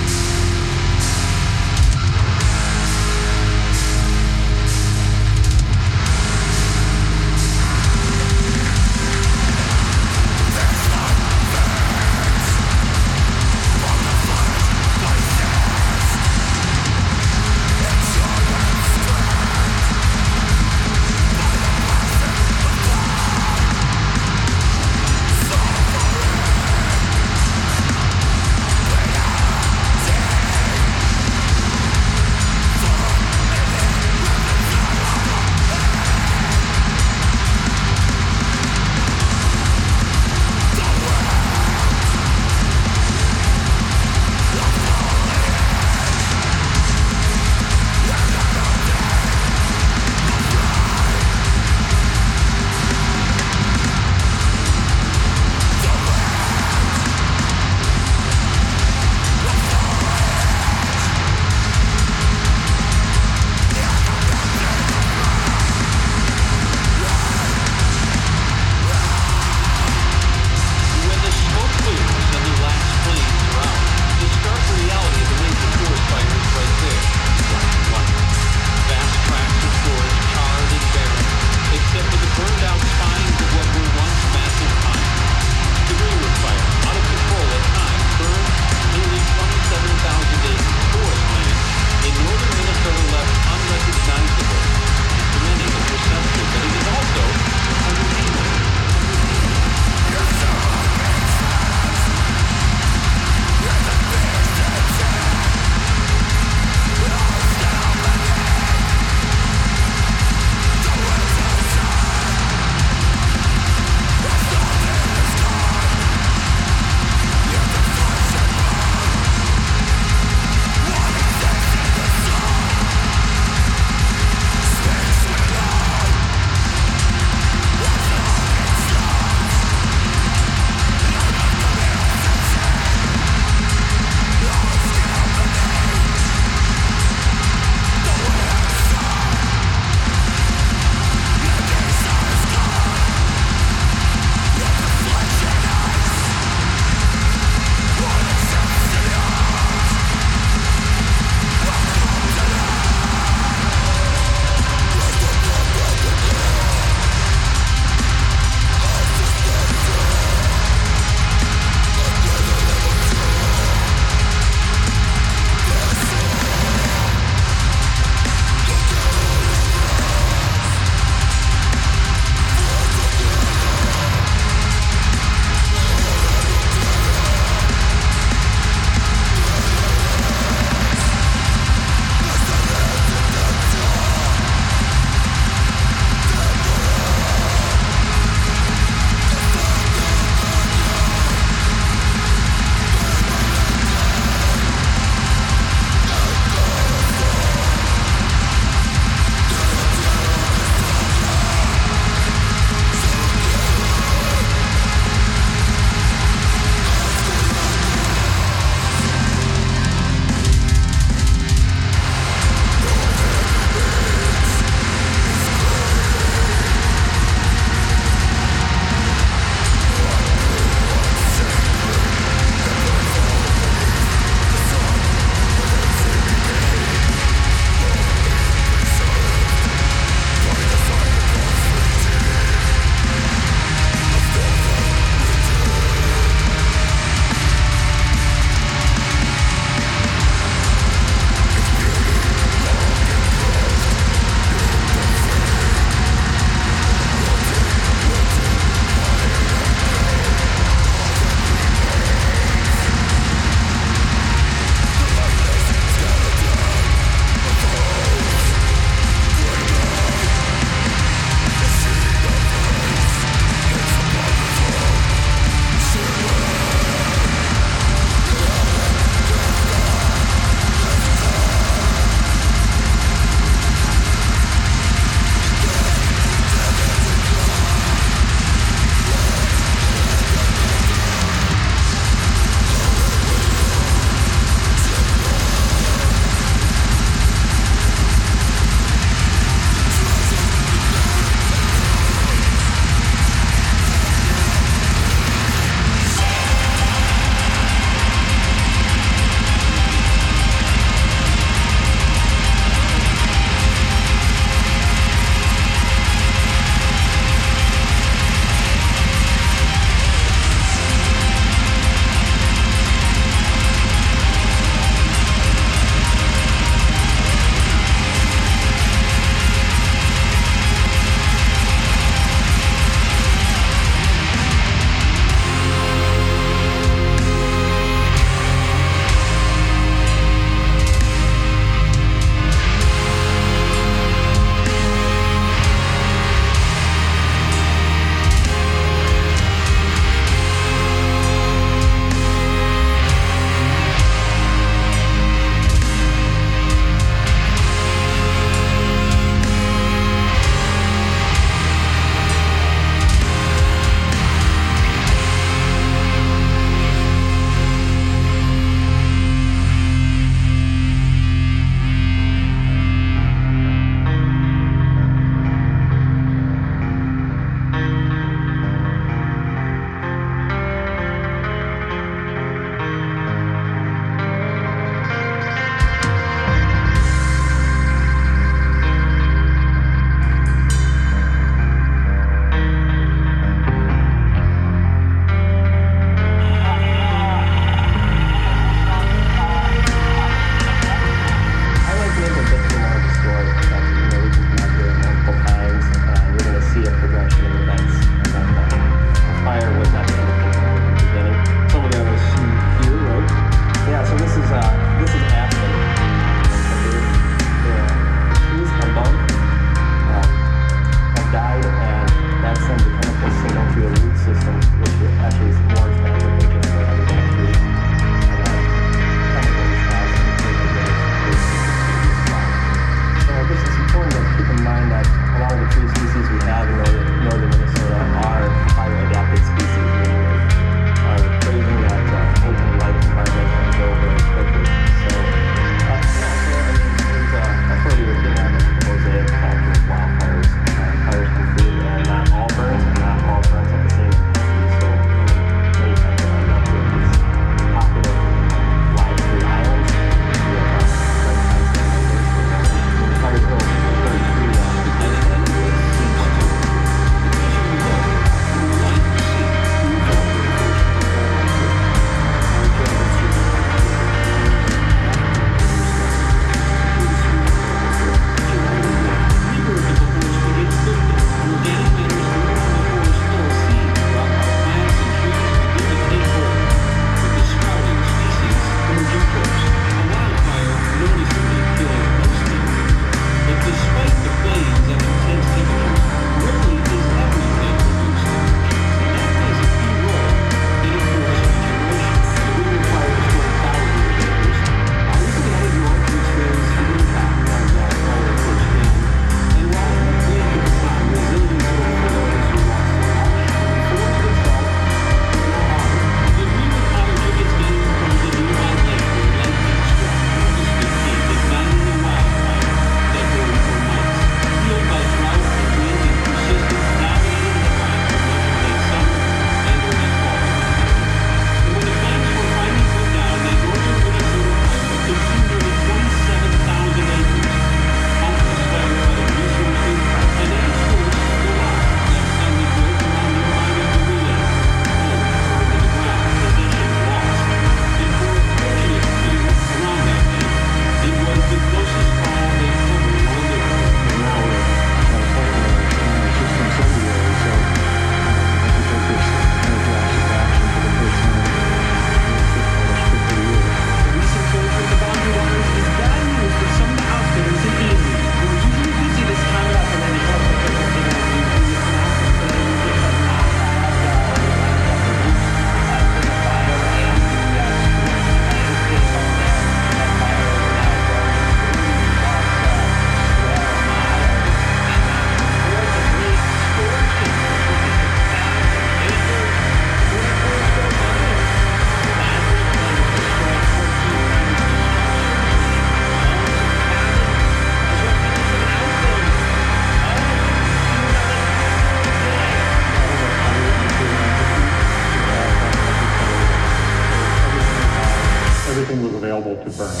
burn.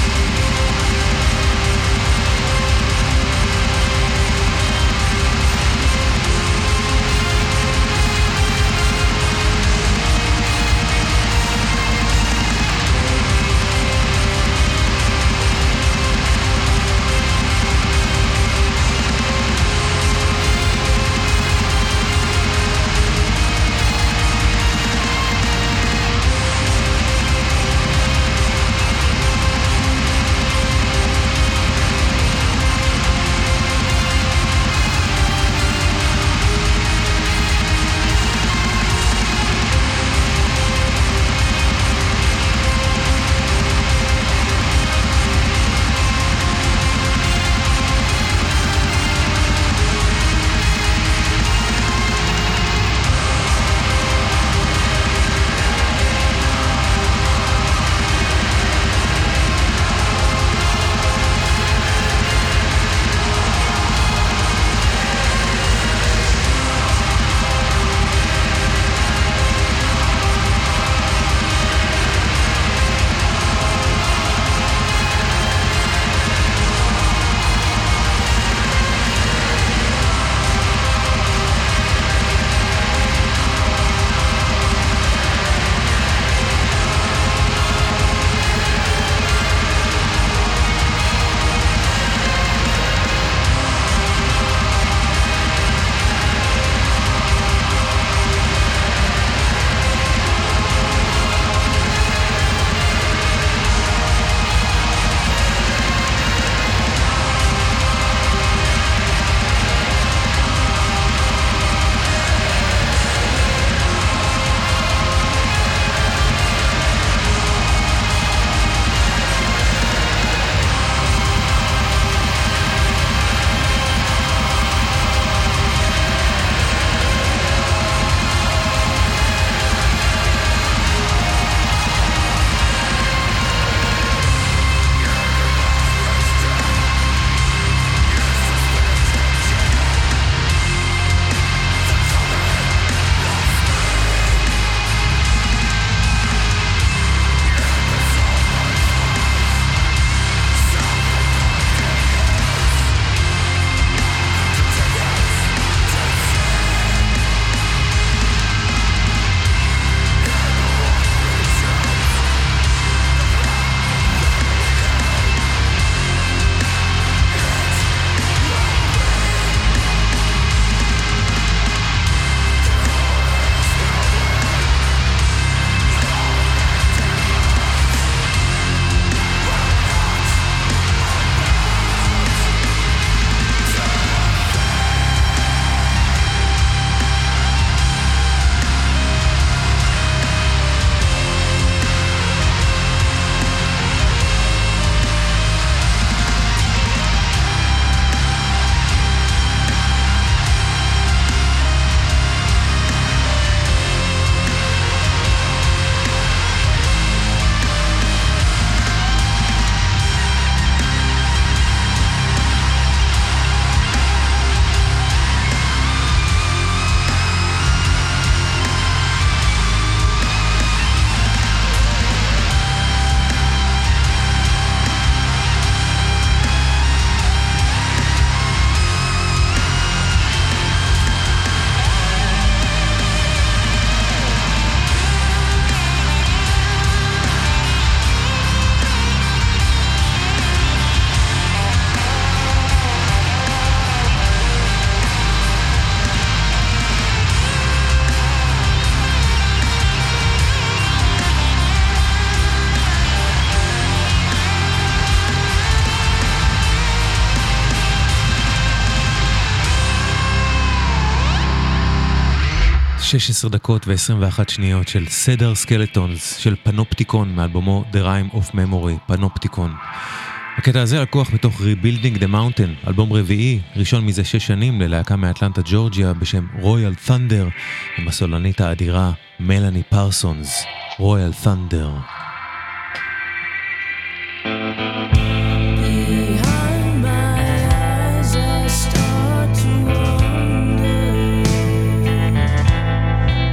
שש עשרה דקות ו-עשרים ואחת שניות של סדר סקלטונס של פנופטיקון מאלבומו The Rime of Memory, פנופטיקון. הקטע הזה לקוח בתוך Rebuilding the Mountain, אלבום רביעי, ראשון מזה שש שנים ללהקה מאטלנטה ג'ורג'יה בשם רויאל ת'נדר, עם הסולנית האדירה מלאני פרסונס, רויאל ת'נדר.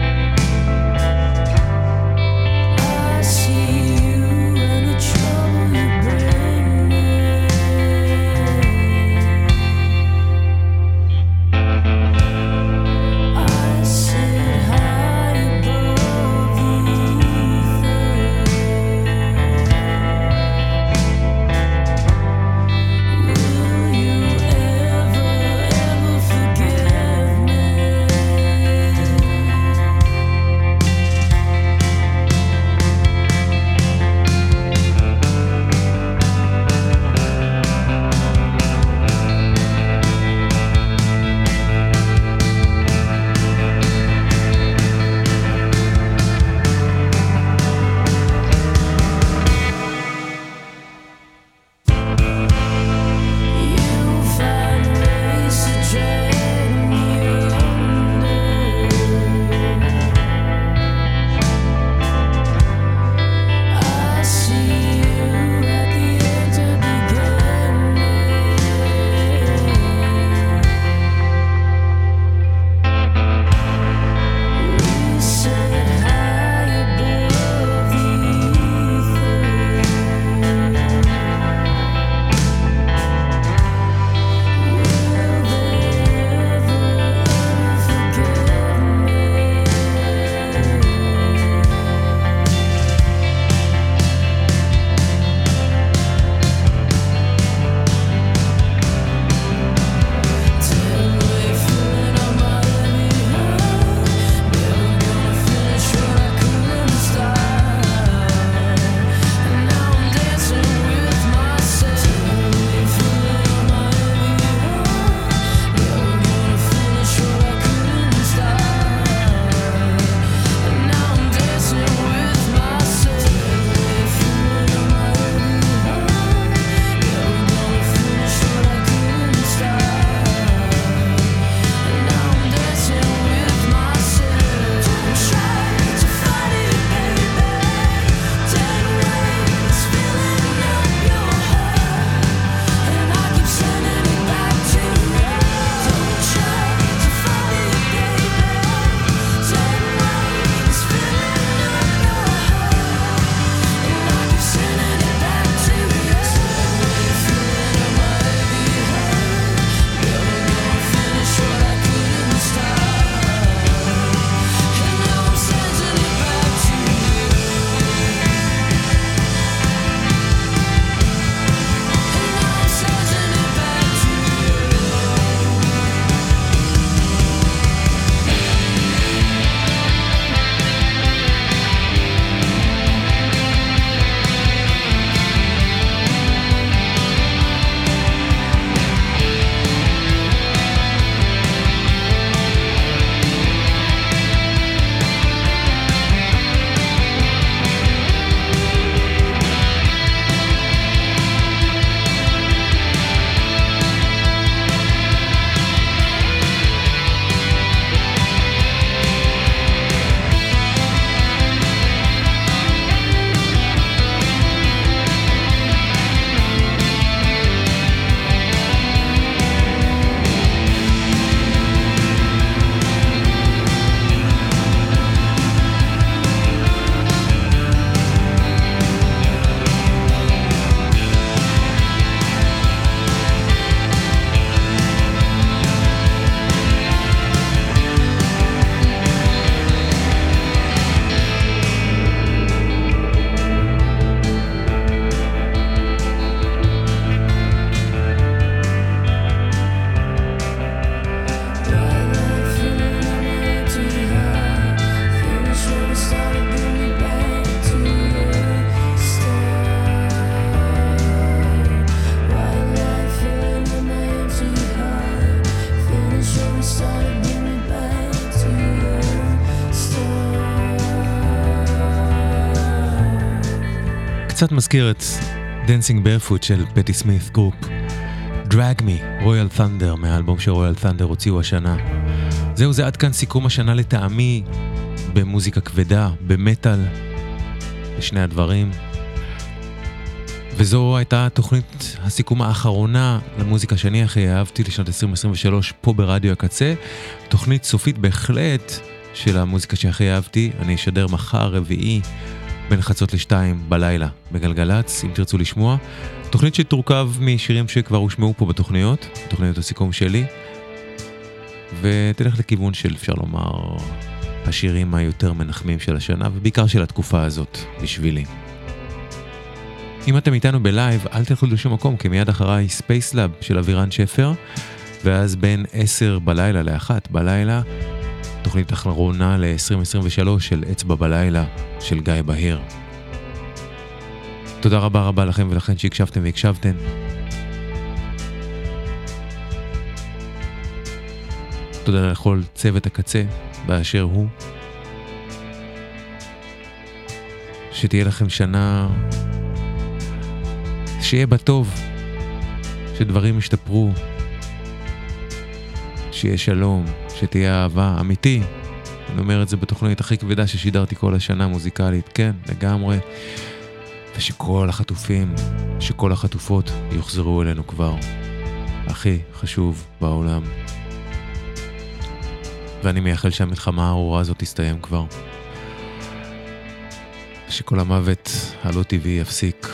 See you and the trouble קצת מזכיר את Dancing Barefoot של פטי סמית גרופ. Drag Me, Royal Thunder, מהאלבום של Royal Thunder הוציאו השנה. זהו, זה עד כאן סיכום השנה לטעמי, במוזיקה כבדה, במטל, בשני הדברים. וזו הייתה תוכנית הסיכום האחרונה למוזיקה שאני הכי אהבתי לשנת עשרים עשרים ושלוש פה ברדיו הקצה. תוכנית סופית בהחלט של המוזיקה שהכי אהבתי. אני אשדר מחר רביעי בין חצות לשתיים בלילה בגלגלץ, אם תרצו לשמוע. תוכנית שתורכב משירים שכבר הושמעו פה בתוכניות, תוכניות הסיכום שלי, ותלך לכיוון של, אפשר לומר, השירים היותר מנחמים של השנה, ובעיקר של התקופה הזאת, בשבילי. אם אתם איתנו בלייב, אל תלכו לשום מקום, כי מיד אחריי Space Lab של אבירן שפר, ואז בין עשר בלילה לאחת בלילה, תוכנית אחרונה ל-עשרים עשרים ושלוש של אצבע בלילה של גיא בהיר. תודה רבה רבה לכם ולכן שהקשבתם והקשבתם. תודה לכל צוות הקצה באשר הוא. שתהיה לכם שנה שיהיה בה טוב, שדברים ישתפרו, שיהיה שלום, שתהיה אהבה אמיתי. אני אומר את זה בתוכנית הכי כבדה ששידרתי כל השנה מוזיקלית, כן, לגמרי. ושכל החטופים, שכל החטופות יוחזרו אלינו כבר. הכי חשוב בעולם. ואני מייחל שהמלחמה הארורה הזאת תסתיים כבר. שכל המוות הלא טבעי יפסיק.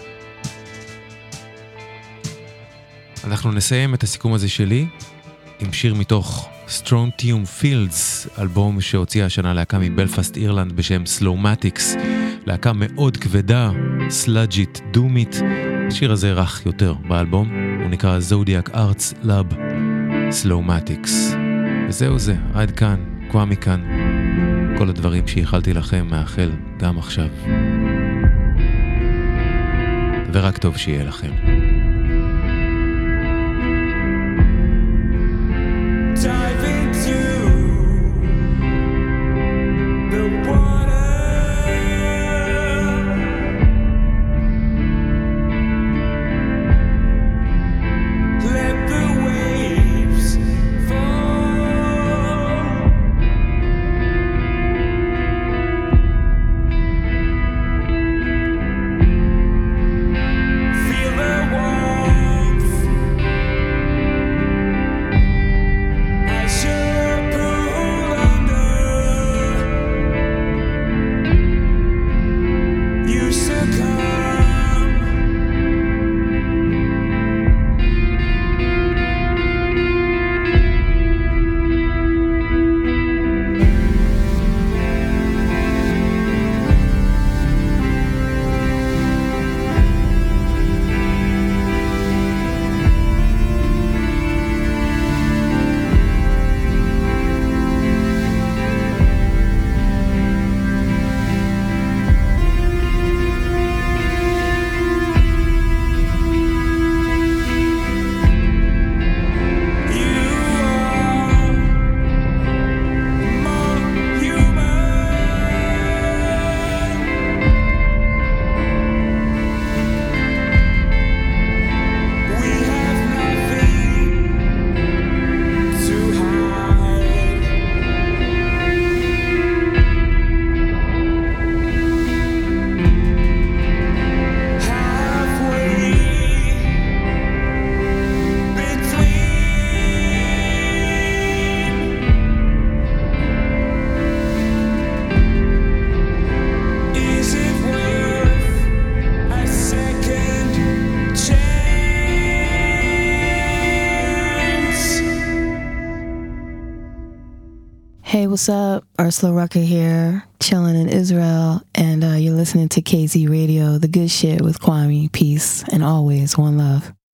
אנחנו נסיים את הסיכום הזה שלי עם שיר מתוך Strontium Fields, אלבום שהוציאה השנה להקה מבלפאסט אירלנד בשם Slowmatics, להקה מאוד כבדה, סלאג'ית, דומית. השיר הזה רך יותר באלבום, הוא נקרא Zodiac Arts Lab Slowmatics. וזהו זה, עד כאן, קוואמי כאן, כל הדברים שיכלתי לכם מאחל גם עכשיו. ורק טוב שיהיה לכם. Dive into the water. Let the waves fall. Feel the warmth. Hey, what's up? Ursula Rucker here, chilling in Israel, and uh, you're listening to K Z Radio, the good shit with Kwame. Peace, and always one love.